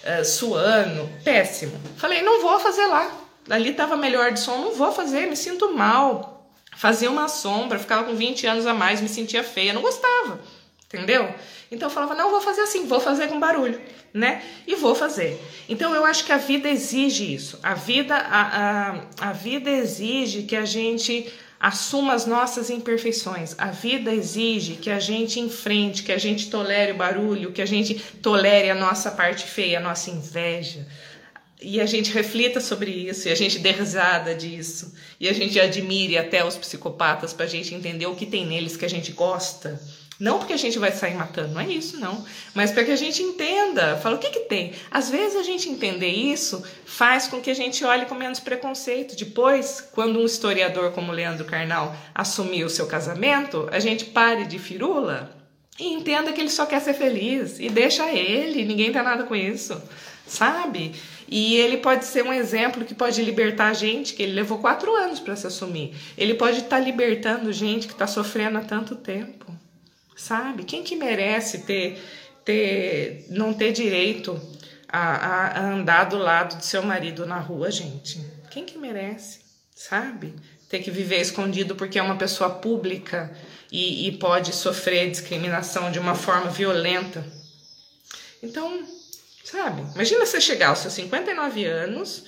uh, suando, péssimo. Falei, não vou fazer lá. Ali estava melhor de som, não vou fazer, me sinto mal. Fazia uma sombra, ficava com vinte anos a mais, me sentia feia, não gostava, entendeu? Então eu falava, não, vou fazer assim, vou fazer com barulho, né? E vou fazer. Então eu acho que a vida exige isso. A vida, a, a, a vida exige que a gente assuma as nossas imperfeições. A vida exige que a gente enfrente, que a gente tolere o barulho, que a gente tolere a nossa parte feia, a nossa inveja. E a gente reflita sobre isso, e a gente dê risada disso, e a gente admire até os psicopatas para a gente entender o que tem neles que a gente gosta. Não porque a gente vai sair matando, não é isso não, mas para que a gente entenda, fala o que que tem. Às vezes a gente entender isso faz com que a gente olhe com menos preconceito. Depois, quando um historiador como Leandro Carnal assumir o seu casamento, a gente pare de firula e entenda que ele só quer ser feliz, e deixa ele, ninguém tem nada com isso, sabe? E ele pode ser um exemplo que pode libertar a gente, que ele levou quatro anos para se assumir. Ele pode estar libertando gente que está sofrendo há tanto tempo, sabe? Quem que merece ter, ter, não ter direito a, a andar do lado do seu marido na rua, gente? Quem que merece, sabe? Ter que viver escondido porque é uma pessoa pública e, e pode sofrer discriminação de uma forma violenta. Então, sabe? Imagina você chegar aos seus cinquenta e nove anos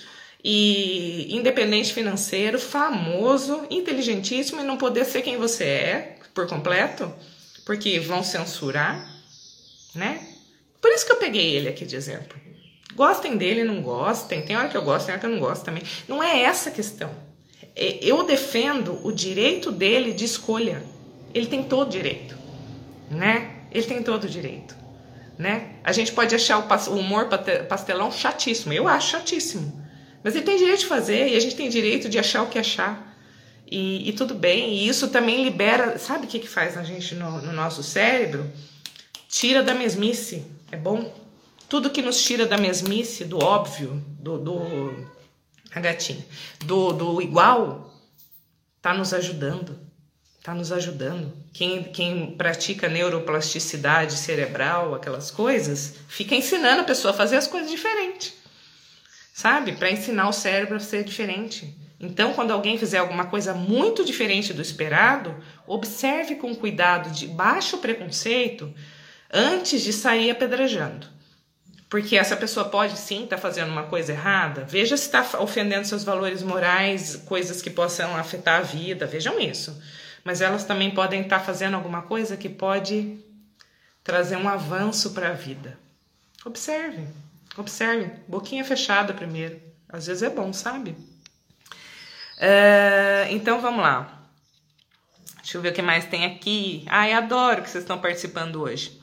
e independente financeiro, famoso, inteligentíssimo e não poder ser quem você é por completo, porque vão censurar, né? Por isso que eu peguei ele aqui de exemplo. Gostem dele, não gostem, tem hora que eu gosto, tem hora que eu não gosto também. Não é essa a questão. Eu defendo o direito dele de escolha. Ele tem todo o direito, né? Ele tem todo o direito. Né? A gente pode achar o humor pastelão chatíssimo, eu acho chatíssimo, mas ele tem direito de fazer e a gente tem direito de achar o que achar e, e tudo bem, e isso também libera, sabe o que, que faz na gente no, no nosso cérebro? Tira da mesmice, é bom, tudo que nos tira da mesmice, do óbvio, do, do a gatinha, do, do igual, tá nos ajudando. Está nos ajudando. Quem, quem pratica neuroplasticidade cerebral, aquelas coisas, fica ensinando a pessoa a fazer as coisas diferentes, sabe? Para ensinar o cérebro a ser diferente. Então, quando alguém fizer alguma coisa muito diferente do esperado, observe com cuidado, de baixo preconceito, antes de sair apedrejando. Porque essa pessoa pode sim estar fazendo uma coisa errada. Veja se está ofendendo seus valores morais, coisas que possam afetar a vida. Vejam isso. Mas elas também podem estar fazendo alguma coisa que pode trazer um avanço para a vida. Observe, observe. Boquinha fechada primeiro. Às vezes é bom, sabe? É, então vamos lá. Deixa eu ver o que mais tem aqui. Ai, adoro que vocês estão participando hoje.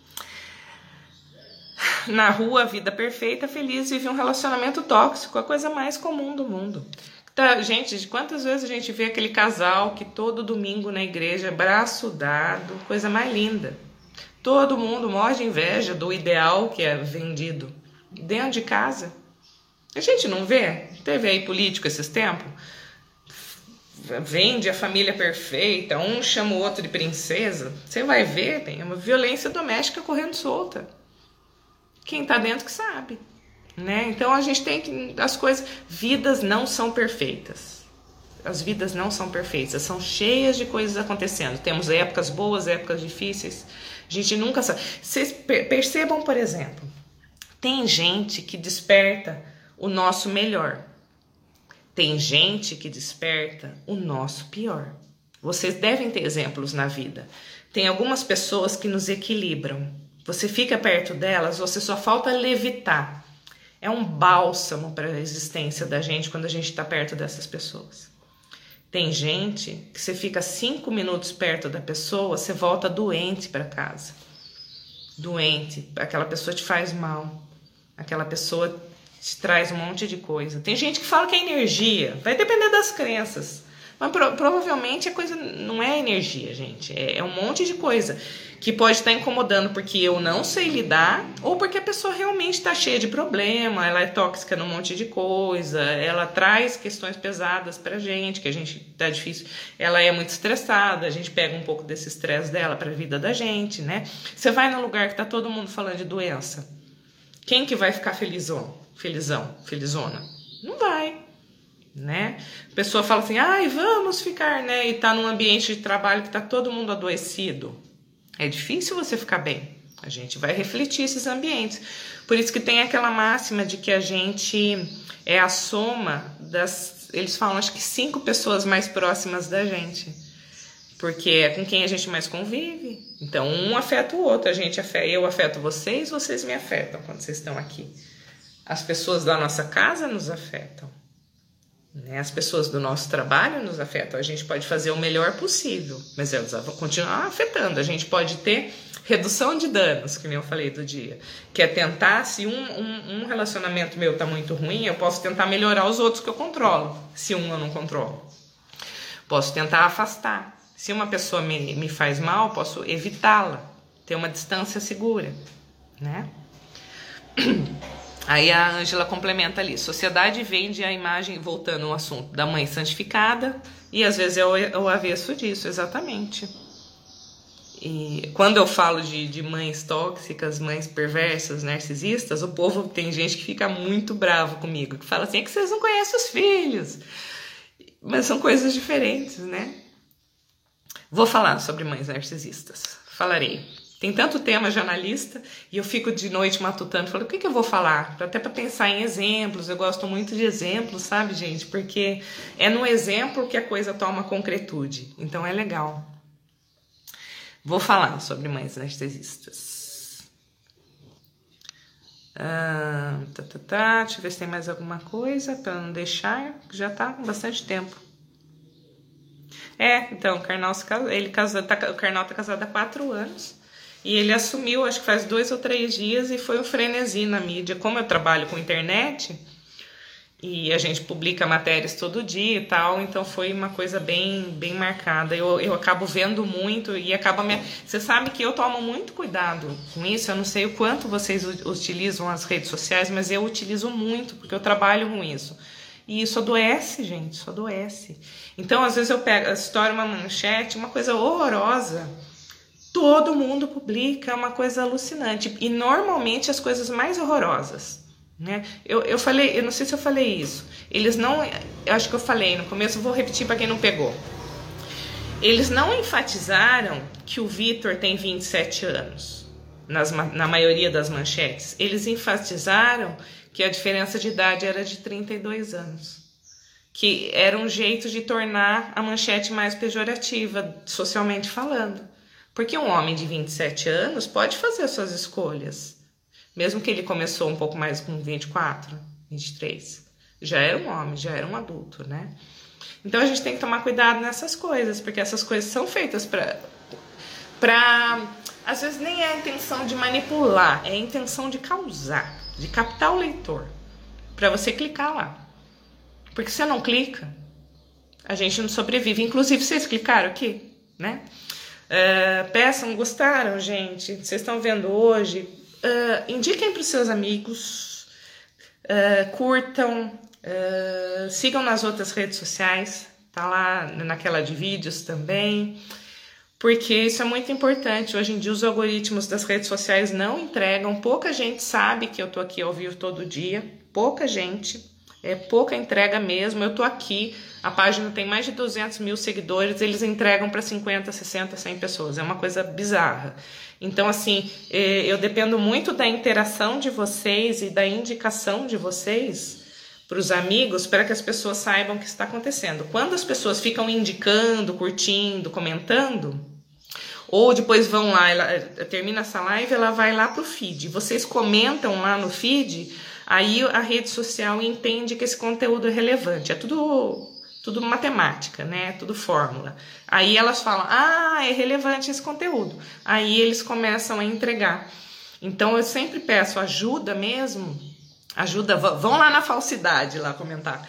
Na rua, vida perfeita, feliz, vive um relacionamento tóxico, a coisa mais comum do mundo. Tá, gente, quantas vezes a gente vê aquele casal que todo domingo na igreja, braço dado, coisa mais linda. Todo mundo morre de inveja do ideal que é vendido dentro de casa. A gente não vê? Teve aí político esses tempos? Vende a família perfeita, um chama o outro de princesa. Você vai ver, tem uma violência doméstica correndo solta. Quem tá dentro que sabe. Né? Então a gente tem que, as coisas, vidas não são perfeitas, as vidas não são perfeitas, são cheias de coisas acontecendo, temos épocas boas, épocas difíceis, a gente nunca sabe. Vocês percebam, por exemplo, tem gente que desperta o nosso melhor, tem gente que desperta o nosso pior. Vocês devem ter exemplos na vida. Tem algumas pessoas que nos equilibram, você fica perto delas, você só falta levitar. É um bálsamo para a existência da gente quando a gente está perto dessas pessoas. Tem gente que você fica cinco minutos perto da pessoa, você volta doente para casa. Doente, aquela pessoa te faz mal. Aquela pessoa te traz um monte de coisa. Tem gente que fala que é energia, vai depender das crenças. Mas pro, provavelmente a coisa não é energia, gente. É, é um monte de coisa que pode estar incomodando porque eu não sei lidar ou porque a pessoa realmente está cheia de problema, ela é tóxica num monte de coisa, ela traz questões pesadas pra gente, que a gente tá difícil, ela é muito estressada, a gente pega um pouco desse estresse dela pra vida da gente, né? Você vai num lugar que tá todo mundo falando de doença, Quem que vai ficar felizão, felizão, felizona? Não vai, né? A pessoa fala assim, ai, vamos ficar, né? E tá num ambiente de trabalho que tá todo mundo adoecido. É difícil você ficar bem. A gente vai refletir esses ambientes. Por isso que tem aquela máxima de que a gente é a soma das... Eles falam, acho que cinco pessoas mais próximas da gente. Porque é com quem a gente mais convive. Então, um afeta o outro. A gente afeta, eu afeto vocês, vocês me afetam quando vocês estão aqui. As pessoas da nossa casa nos afetam. Né? As pessoas do nosso trabalho nos afetam. A gente pode fazer o melhor possível, mas elas vão continuar afetando. A gente pode ter redução de danos, que nem eu falei do dia. Que é tentar, se um, um, um relacionamento meu tá muito ruim, eu posso tentar melhorar os outros que eu controlo, se um eu não controlo. Posso tentar afastar. Se uma pessoa me, me faz mal, posso evitá-la. Ter uma distância segura, né? Aí a Ângela complementa ali. Sociedade vende a imagem, voltando ao assunto, da mãe santificada. E às vezes é o, é o avesso disso, exatamente. E quando eu falo de, de mães tóxicas, mães perversas, narcisistas, o povo, tem gente que fica muito bravo comigo, que fala assim, é que vocês não conhecem os filhos. Mas são coisas diferentes, né? Vou falar sobre mães narcisistas. Falarei. Tem tanto tema jornalista e eu fico de noite matutando, falo, o que, que eu vou falar? Até para pensar em exemplos, eu gosto muito de exemplos, sabe, gente? Porque é no exemplo que a coisa toma concretude. Então é legal. Vou falar sobre mães narcisistas. Ah, tá, tá, tá. Deixa eu ver se tem mais alguma coisa para não deixar. Já tá com bastante tempo. É, então, o Karnal, ele casou, tá, o Karnal tá casado há quatro anos. E ele assumiu, acho que faz dois ou três dias, e foi um frenesi na mídia. Como eu trabalho com internet, e a gente publica matérias todo dia e tal, então foi uma coisa bem, bem marcada. Eu, eu acabo vendo muito e acaba... Me... Você sabe que eu tomo muito cuidado com isso, eu não sei o quanto vocês utilizam as redes sociais, mas eu utilizo muito, porque eu trabalho com isso. E isso adoece, gente, isso adoece. Então, às vezes eu pego, estouro uma manchete, uma coisa horrorosa, todo mundo publica, é uma coisa alucinante. E normalmente as coisas mais horrorosas, né? Eu, eu falei, eu não sei se eu falei isso. Eles não, eu acho que eu falei no começo, vou repetir para quem não pegou. Eles não enfatizaram que o Vitor tem vinte e sete anos, nas, na maioria das manchetes. Eles enfatizaram que a diferença de idade era de trinta e dois anos. Que era um jeito de tornar a manchete mais pejorativa, socialmente falando. Porque um homem de vinte e sete anos pode fazer as suas escolhas. Mesmo que ele começou um pouco mais com vinte e quatro, vinte e três. Já era um homem, já era um adulto, né? Então a gente tem que tomar cuidado nessas coisas, porque essas coisas são feitas para... para às vezes nem é a intenção de manipular, é a intenção de causar, de captar o leitor, para você clicar lá. Porque se você não clica, a gente não sobrevive. Inclusive, vocês clicaram aqui, né? Uh, peçam, gostaram, gente? Vocês estão vendo hoje? Uh, indiquem para os seus amigos, uh, curtam, uh, sigam nas outras redes sociais, tá lá naquela de vídeos também, porque isso é muito importante. Hoje em dia os algoritmos das redes sociais não entregam, pouca gente sabe que eu tô aqui ao vivo todo dia, pouca gente, é pouca entrega mesmo. Eu tô aqui, a página tem mais de duzentos mil seguidores, eles entregam para cinquenta, sessenta, cem pessoas, é uma coisa bizarra. Então, assim, eu dependo muito da interação de vocês e da indicação de vocês para os amigos, para que as pessoas saibam o que está acontecendo. Quando as pessoas ficam indicando, curtindo, comentando, ou depois vão lá, ela, termina essa live, ela vai lá para o feed, vocês comentam lá no feed, aí a rede social entende que esse conteúdo é relevante, é tudo... Tudo matemática, né? Tudo fórmula. Aí elas falam, ah, é relevante esse conteúdo. Aí eles começam a entregar. Então eu sempre peço ajuda mesmo. Ajuda, vão lá na falsidade lá comentar.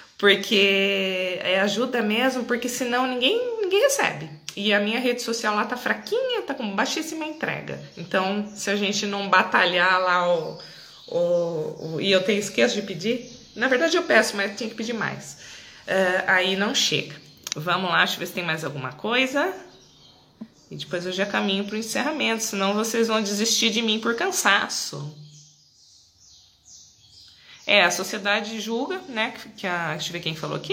Porque é ajuda mesmo, porque senão ninguém, ninguém recebe. E a minha rede social lá tá fraquinha, tá com baixíssima entrega. Então, se a gente não batalhar lá o... o, o e eu tenho, esqueço de pedir. Na verdade eu peço, mas tinha que pedir mais. Uh, aí não chega. Vamos lá, deixa eu ver se tem mais alguma coisa. E depois eu já caminho para o encerramento, senão vocês vão desistir de mim por cansaço. É, a sociedade julga, né? Que a, deixa eu ver quem falou aqui.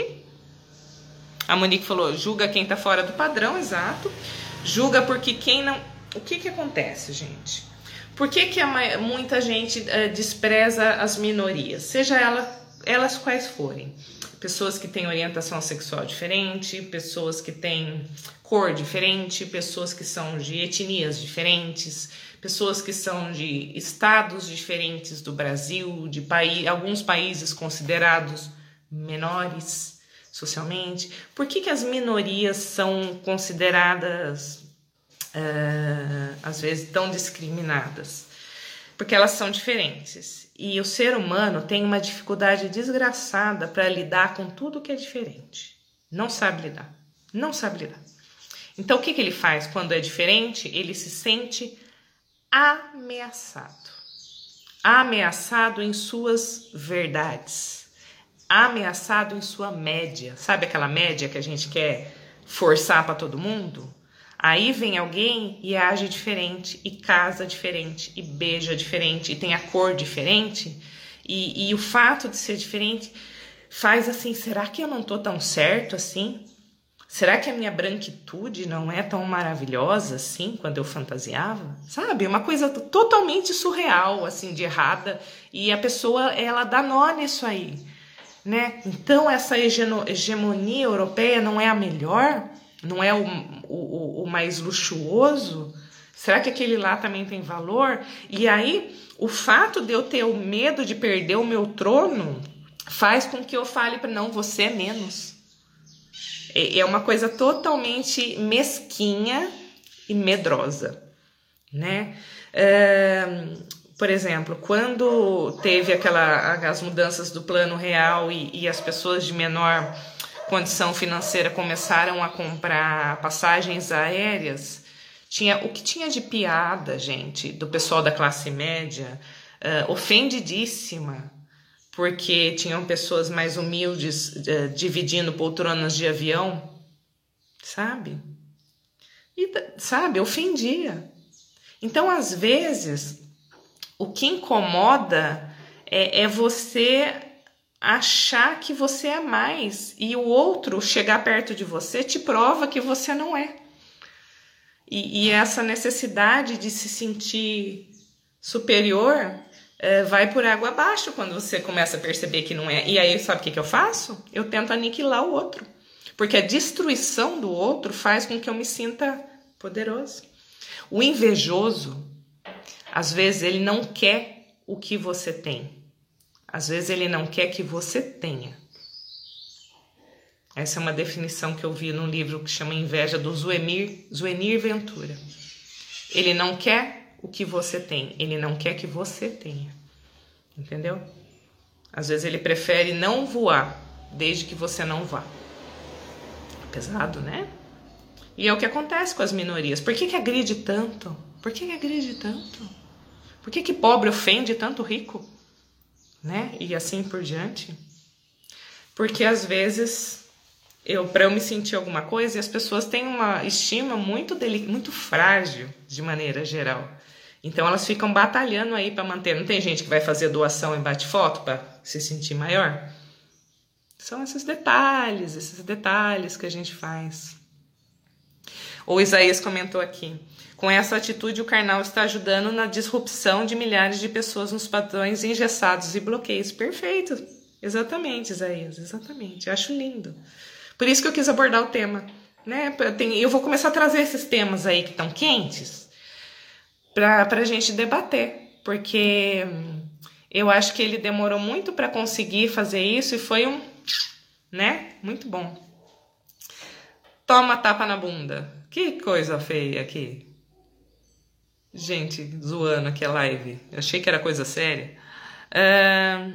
A Monique falou, julga quem tá fora do padrão, exato. Julga porque quem não... O que que acontece, gente? Por que que a, muita gente uh, despreza as minorias? Seja ela, elas quais forem. Pessoas que têm orientação sexual diferente, pessoas que têm cor diferente, pessoas que são de etnias diferentes, pessoas que são de estados diferentes do Brasil, de paí- alguns países considerados menores socialmente. Por que que as minorias são consideradas, uh, às vezes, tão discriminadas? Porque elas são diferentes. E o ser humano tem uma dificuldade desgraçada para lidar com tudo que é diferente. Não sabe lidar. Não sabe lidar. Então, o que que ele faz quando é diferente? Ele se sente ameaçado. Ameaçado em suas verdades. Ameaçado em sua média. Sabe aquela média que a gente quer forçar para todo mundo? Aí vem alguém e age diferente, e casa diferente, e beija diferente, e tem a cor diferente. E, e o fato de ser diferente faz assim, será que eu não tô tão certo assim? Será que a minha branquitude não é tão maravilhosa assim quando eu fantasiava? Sabe? Uma coisa totalmente surreal, assim, de errada. E a pessoa, ela dá nó nisso aí, né? Então essa hegemonia europeia não é a melhor? Não é o, o, o mais luxuoso? Será que aquele lá também tem valor? E aí, o fato de eu ter o medo de perder o meu trono faz com que eu fale para não, você é menos. É uma coisa totalmente mesquinha e medrosa, né? É, por exemplo, quando teve aquela, as mudanças do Plano Real e, e as pessoas de menor condição financeira começaram a comprar passagens aéreas, tinha o que tinha de piada, gente, do pessoal da classe média, uh, ofendidíssima, porque tinham pessoas mais humildes uh, dividindo poltronas de avião, sabe? E, sabe, ofendia. Então, às vezes, o que incomoda é, é você achar que você é mais, e o outro chegar perto de você te prova que você não é. E, e essa necessidade de se sentir superior é, vai por água abaixo quando você começa a perceber que não é. E aí, sabe o que, que eu faço? Eu tento aniquilar o outro. Porque a destruição do outro faz com que eu me sinta poderoso. O invejoso, às vezes, ele não quer o que você tem. Às vezes ele não quer que você tenha. Essa é uma definição que eu vi num livro que chama Inveja, do Zuenir, Zuenir Ventura. Ele não quer o que você tem, ele não quer que você tenha. Entendeu? Às vezes ele prefere não voar, desde que você não vá. Pesado, né? E é o que acontece com as minorias. Por que que agride tanto? Por que que agride tanto? Por que que pobre ofende tanto rico? Né? E assim por diante. Porque às vezes eu para eu me sentir alguma coisa, e as pessoas têm uma estima muito deli- muito frágil de maneira geral. Então elas ficam batalhando aí para manter. Não tem gente que vai fazer doação e bate foto para se sentir maior? São esses detalhes, esses detalhes que a gente faz. O Isaías comentou aqui. Com essa atitude, o Karnal está ajudando na disrupção de milhares de pessoas nos padrões engessados e bloqueios. Perfeito. Exatamente, Isaías. Exatamente. Eu acho lindo. Por isso que eu quis abordar o tema. Né? Eu vou começar a trazer esses temas aí que estão quentes para a gente debater. Porque eu acho que ele demorou muito para conseguir fazer isso e foi um... né? Muito bom. Toma tapa na bunda. Que coisa feia aqui. Gente, zoando aqui a live. Eu achei que era coisa séria. Uh,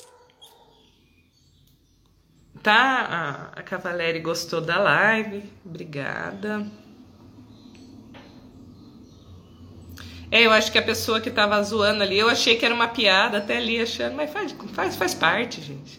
tá, a Cavaleri gostou da live. Obrigada. É, eu acho que a pessoa que tava zoando ali, eu achei que era uma piada, até ali achando, mas faz, faz, faz parte, gente.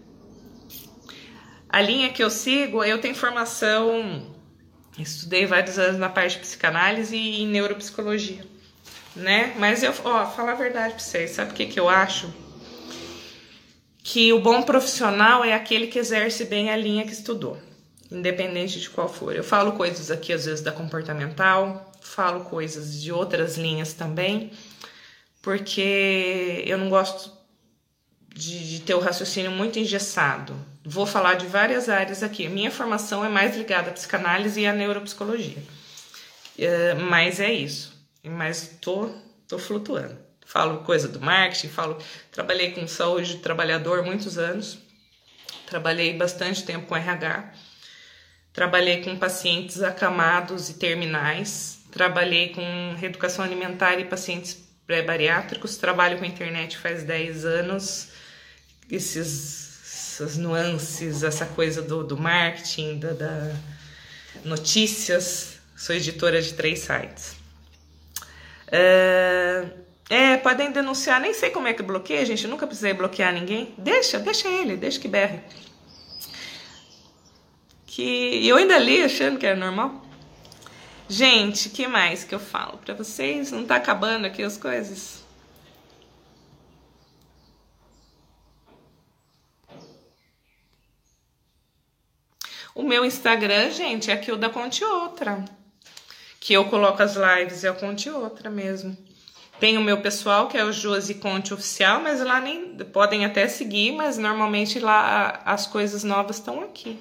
A linha que eu sigo, eu tenho formação... Estudei vários anos na parte de psicanálise e em neuropsicologia, né? Mas eu, ó, falar a verdade pra vocês, sabe o que que eu acho? que o bom profissional é aquele que exerce bem a linha que estudou, independente de qual for. Eu falo coisas aqui, às vezes, da comportamental, falo coisas de outras linhas também, porque eu não gosto de, de ter o raciocínio muito engessado. Vou falar de várias áreas aqui. A minha formação é mais ligada à psicanálise e à neuropsicologia. É, mas é isso. Mas tô, tô flutuando. Falo coisa do marketing, falo... Trabalhei com saúde do trabalhador muitos anos. Trabalhei bastante tempo com R H. Trabalhei com pacientes acamados e terminais. Trabalhei com reeducação alimentar e pacientes pré-bariátricos. Trabalho com internet faz dez anos. Esses... essas nuances, essa coisa do, do marketing, da, da notícias. Sou editora de três sites. É, é, podem denunciar, nem sei como é que bloqueia, gente, nunca precisei bloquear ninguém. Deixa, deixa ele, deixa que berre. Que eu ainda li achando que era normal. Gente, que mais que eu falo pra vocês? Não tá acabando aqui as coisas? O meu Instagram, gente, é aqui o da Conte Outra. Que eu coloco as lives, é o Conte Outra mesmo. Tem o meu pessoal, que é o Josi Conte Oficial, mas lá nem podem até seguir, mas normalmente lá as coisas novas estão aqui.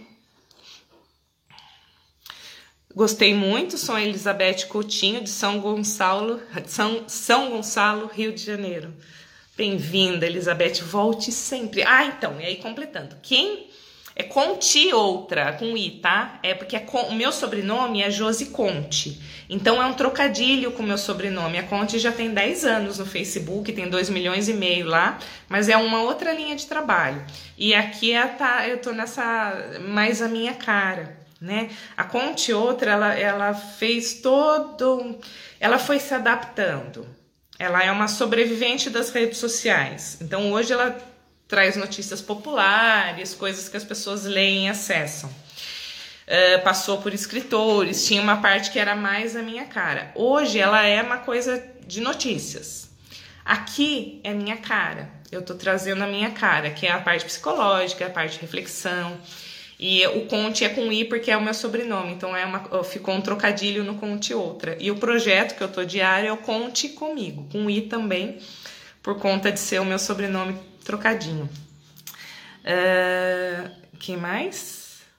Gostei muito, sou a Elizabeth Coutinho, de São Gonçalo, São, São Gonçalo, Rio de Janeiro. Bem-vinda, Elizabeth, volte sempre. Ah, então, e aí completando. Quem... É Conte Outra, com I, tá? É porque é com... o meu sobrenome é Josi Conte. Então é um trocadilho com o meu sobrenome. A Conte já tem dez anos no Facebook, tem dois milhões e meio lá, mas é uma outra linha de trabalho. E aqui é, tá, eu tô nessa mais a minha cara, né? A Conte Outra, ela, ela fez todo... Ela foi se adaptando. Ela é uma sobrevivente das redes sociais. Então hoje ela... traz notícias populares, coisas que as pessoas leem e acessam. Uh, passou por escritores, tinha uma parte que era mais a minha cara. Hoje ela é uma coisa de notícias. Aqui é minha cara. Eu tô trazendo a minha cara, que é a parte psicológica, a parte de reflexão. E o Conte é com I porque é o meu sobrenome. Então é uma, ficou um trocadilho no Conte Outra. E o projeto que eu tô diário é o Conte Comigo, com I também, por conta de ser o meu sobrenome trocadinho. Uh, que mais?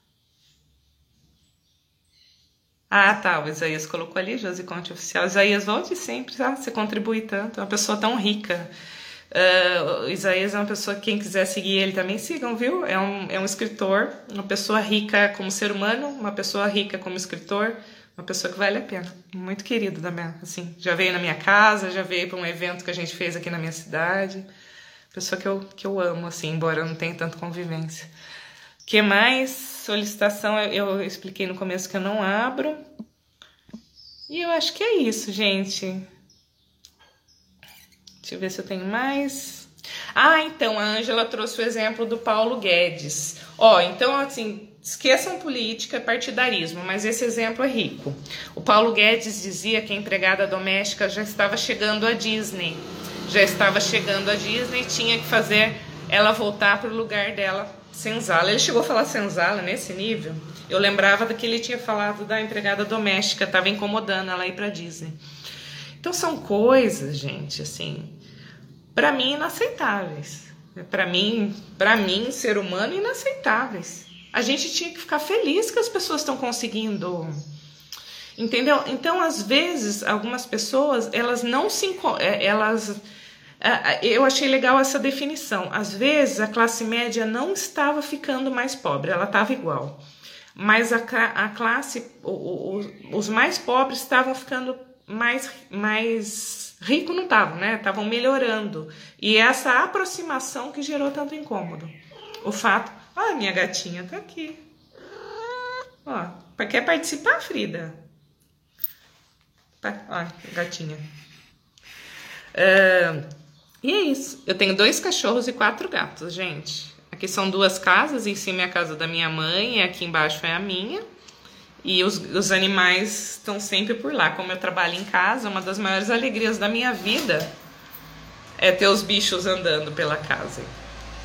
Ah, tá, o Isaías colocou ali, Josi Conte Oficial. Isaías, volte sempre, tá? Você contribui tanto, é uma pessoa tão rica. Uh, o Isaías é uma pessoa, quem quiser seguir ele também, sigam, viu? É um, é um escritor, uma pessoa rica como ser humano, uma pessoa rica como escritor, uma pessoa que vale a pena. Muito querido também, assim. Já veio na minha casa, já veio para um evento que a gente fez aqui na minha cidade. Pessoa que eu, que eu amo, assim, embora eu não tenha tanta convivência. O que mais? Solicitação, eu, eu expliquei no começo que eu não abro. E eu acho que é isso, gente. Deixa eu ver se eu tenho mais. Ah, então, a Ângela trouxe o exemplo do Paulo Guedes. Ó, então, assim, esqueçam política, partidarismo, mas esse exemplo é rico. O Paulo Guedes dizia que a empregada doméstica já estava chegando à Disney. Já estava chegando a Disney, tinha que fazer ela voltar para o lugar dela, senzala. Ele chegou a falar senzala nesse nível. Eu lembrava do que ele tinha falado da empregada doméstica, estava incomodando ela ir para Disney. Então são coisas, gente, assim, para mim inaceitáveis. Para mim, para mim, ser humano, inaceitáveis. A gente tinha que ficar feliz que as pessoas estão conseguindo... Entendeu? Então, às vezes, algumas pessoas, elas não se... elas Eu achei legal essa definição. Às vezes a classe média não estava ficando mais pobre, ela estava igual. Mas a, a classe, o, o, os mais pobres estavam ficando mais, mais ricos, não estavam, né? Estavam melhorando. E essa aproximação que gerou tanto incômodo. O fato... Ó, minha gatinha tá aqui. Ó, quer participar, Frida? Ó, gatinha. Uh, e é isso. Eu tenho dois cachorros e quatro gatos, gente. Aqui são duas casas. Em cima é a casa da minha mãe e aqui embaixo é a minha. E os, os animais estão sempre por lá. Como eu trabalho em casa, uma das maiores alegrias da minha vida é ter os bichos andando pela casa.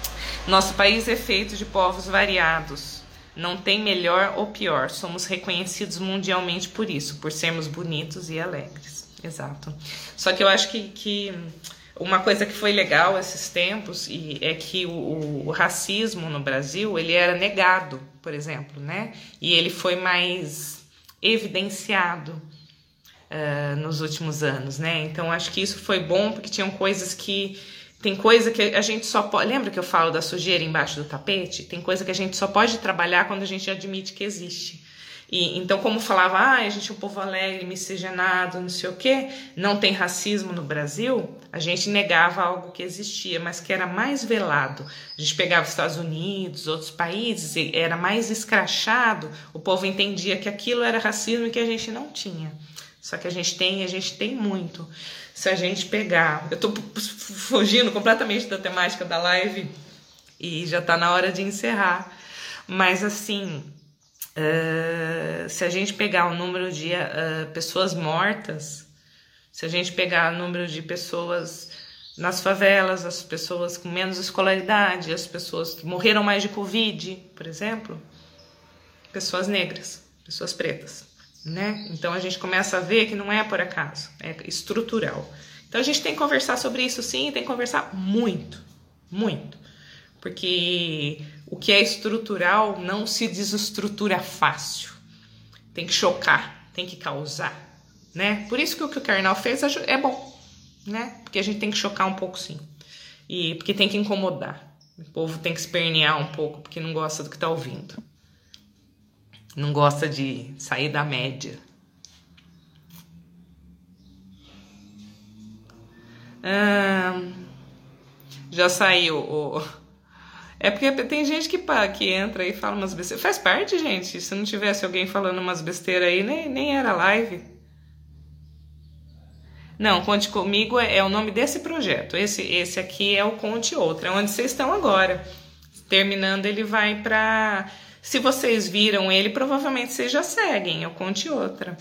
Nosso país é feito de povos variados. Não tem melhor ou pior. Somos reconhecidos mundialmente por isso, por sermos bonitos e alegres. Exato. Só que eu acho que, que uma coisa que foi legal esses tempos e é que o, o racismo no Brasil, ele era negado, por exemplo, né? E ele foi mais evidenciado uh, nos últimos anos, né? Então acho que isso foi bom porque tinham coisas que tem coisa que a gente só pode... Lembra que eu falo da sujeira embaixo do tapete? Tem coisa que a gente só pode trabalhar quando a gente admite que existe. E, então, como falava, ah, a gente é um povo alegre, miscigenado, não sei o quê, não tem racismo no Brasil, a gente negava algo que existia, mas que era mais velado. A gente pegava os Estados Unidos, outros países, e era mais escrachado, o povo entendia que aquilo era racismo e que a gente não tinha. Só que a gente tem, a gente tem muito. Se a gente pegar... Eu tô fugindo completamente da temática da live e já tá na hora de encerrar. Mas, assim, uh, se a gente pegar o número de uh, pessoas mortas, se a gente pegar o número de pessoas nas favelas, as pessoas com menos escolaridade, as pessoas que morreram mais de Covid, por exemplo, pessoas negras, pessoas pretas. Né? Então a gente começa a ver que não é por acaso, é estrutural. Então a gente tem que conversar sobre isso sim, tem que conversar muito, muito. Porque o que é estrutural não se desestrutura fácil. Tem que chocar, tem que causar, né? Por isso que o que o Karnal fez é bom, né? Porque a gente tem que chocar um pouco sim. E porque tem que incomodar. O povo tem que espernear um pouco porque não gosta do que tá ouvindo. Não gosta de sair da média. Ah, já saiu. O... É porque tem gente que, pá, que entra e fala umas besteiras. Faz parte, gente. Se não tivesse alguém falando umas besteiras aí, nem, nem era live. Não, Conte Comigo é, é o nome desse projeto. Esse, esse aqui é o Conte Outra. É onde vocês estão agora. Terminando, ele vai para... Se vocês viram ele, provavelmente vocês já seguem. Eu Conte Outra.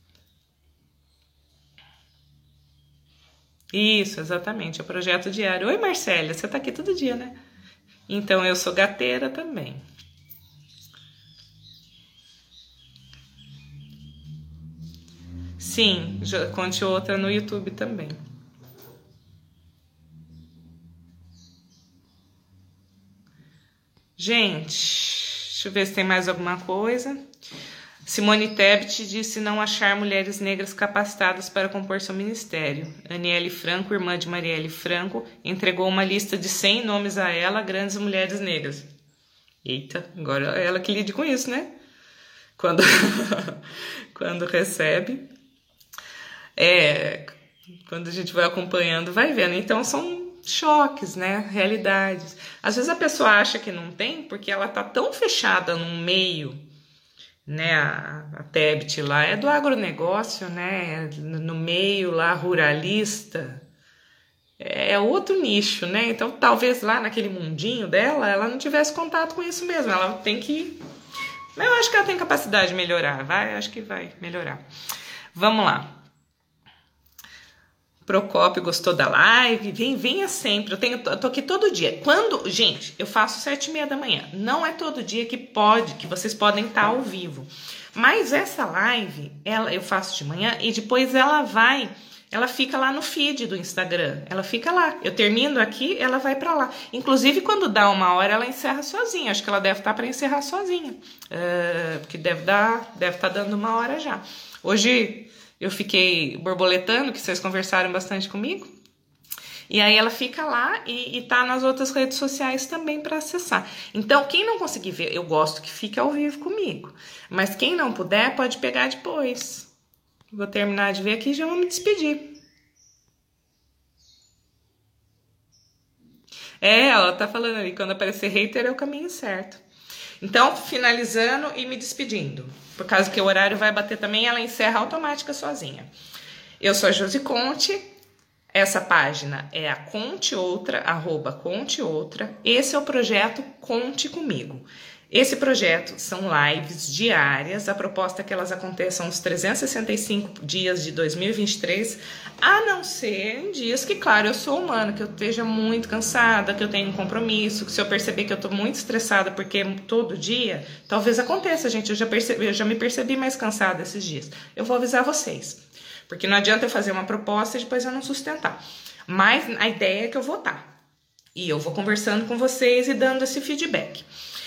Isso, exatamente. É o projeto diário. Oi, Marcélia, você tá aqui todo dia, né? Então, eu sou gateira também. Sim, Conte Outra no YouTube também. Gente... Deixa eu ver se tem mais alguma coisa. Simone Tebet disse não achar mulheres negras capacitadas para compor seu ministério. Aniele Franco, irmã de Marielle Franco, entregou uma lista de cem nomes a ela, grandes mulheres negras. Eita, agora é ela que lide com isso, né? Quando, quando recebe. É, quando a gente vai acompanhando, vai vendo. Então são... choques, né? Realidades. Às vezes a pessoa acha que não tem porque ela tá tão fechada num meio, né? A, a Tebet lá é do agronegócio, né? No meio lá ruralista. É outro nicho, né? Então talvez lá naquele mundinho dela ela não tivesse contato com isso mesmo. Ela tem que... Mas eu acho que ela tem capacidade de melhorar. Vai, acho que vai melhorar. Vamos lá. Procópio gostou da live, vem, venha sempre, eu, tenho, eu tô aqui todo dia. Quando, gente, eu faço sete e meia da manhã, não é todo dia que pode, que vocês podem estar ao vivo. Mas essa live, ela, eu faço de manhã e depois ela vai, ela fica lá no feed do Instagram, ela fica lá. Eu termino aqui, ela vai pra lá. Inclusive, quando dá uma hora, ela encerra sozinha, acho que ela deve estar para encerrar sozinha, uh, porque deve dar, deve estar dando uma hora já. Hoje... Eu fiquei borboletando, que vocês conversaram bastante comigo. E aí ela fica lá e, e tá nas outras redes sociais também para acessar. Então, quem não conseguir ver, eu gosto que fique ao vivo comigo. Mas quem não puder, pode pegar depois. Vou terminar de ver aqui e já vou me despedir. É, ela tá falando ali, quando aparecer hater é o caminho certo. Então, finalizando e me despedindo. Por causa que o horário vai bater também, ela encerra automática sozinha. Eu sou a Josi Conte. Essa página é a Conte Outra, arroba Conte Outra. Esse é o projeto Conte Comigo. Esse projeto são lives diárias, a proposta é que elas aconteçam os trezentos e sessenta e cinco dias de dois mil e vinte e três, a não ser em dias que, claro, eu sou humana, que eu esteja muito cansada, que eu tenho um compromisso, que se eu perceber que eu estou muito estressada porque todo dia, talvez aconteça, gente, eu já, percebi, eu já me percebi mais cansada esses dias. Eu vou avisar vocês, porque não adianta eu fazer uma proposta e depois eu não sustentar. Mas a ideia é que eu vou estar, e eu vou conversando com vocês e dando esse feedback.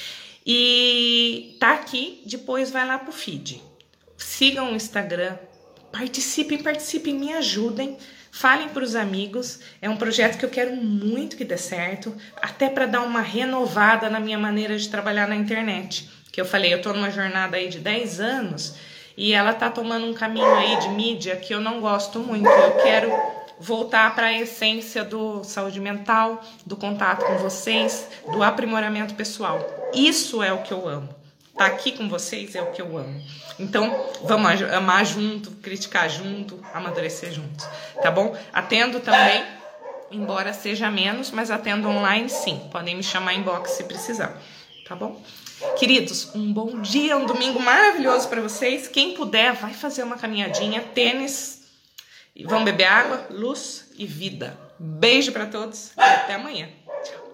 E tá aqui, depois vai lá pro feed. Sigam o Instagram, participem, participem, me ajudem, falem pros amigos. É um projeto que eu quero muito que dê certo, até para dar uma renovada na minha maneira de trabalhar na internet. Que eu falei, eu tô numa jornada aí de dez anos e ela tá tomando um caminho aí de mídia que eu não gosto muito. Eu quero voltar para a essência do saúde mental, do contato com vocês, do aprimoramento pessoal. Isso é o que eu amo. Tá aqui com vocês é o que eu amo. Então, vamos amar junto, criticar junto, amadurecer juntos, tá bom? Atendo também, embora seja menos, mas atendo online sim. Podem me chamar em box se precisar, tá bom? Queridos, um bom dia, um domingo maravilhoso para vocês. Quem puder, vai fazer uma caminhadinha, tênis, e vão beber água, luz e vida. Beijo para todos e até amanhã. Tchau.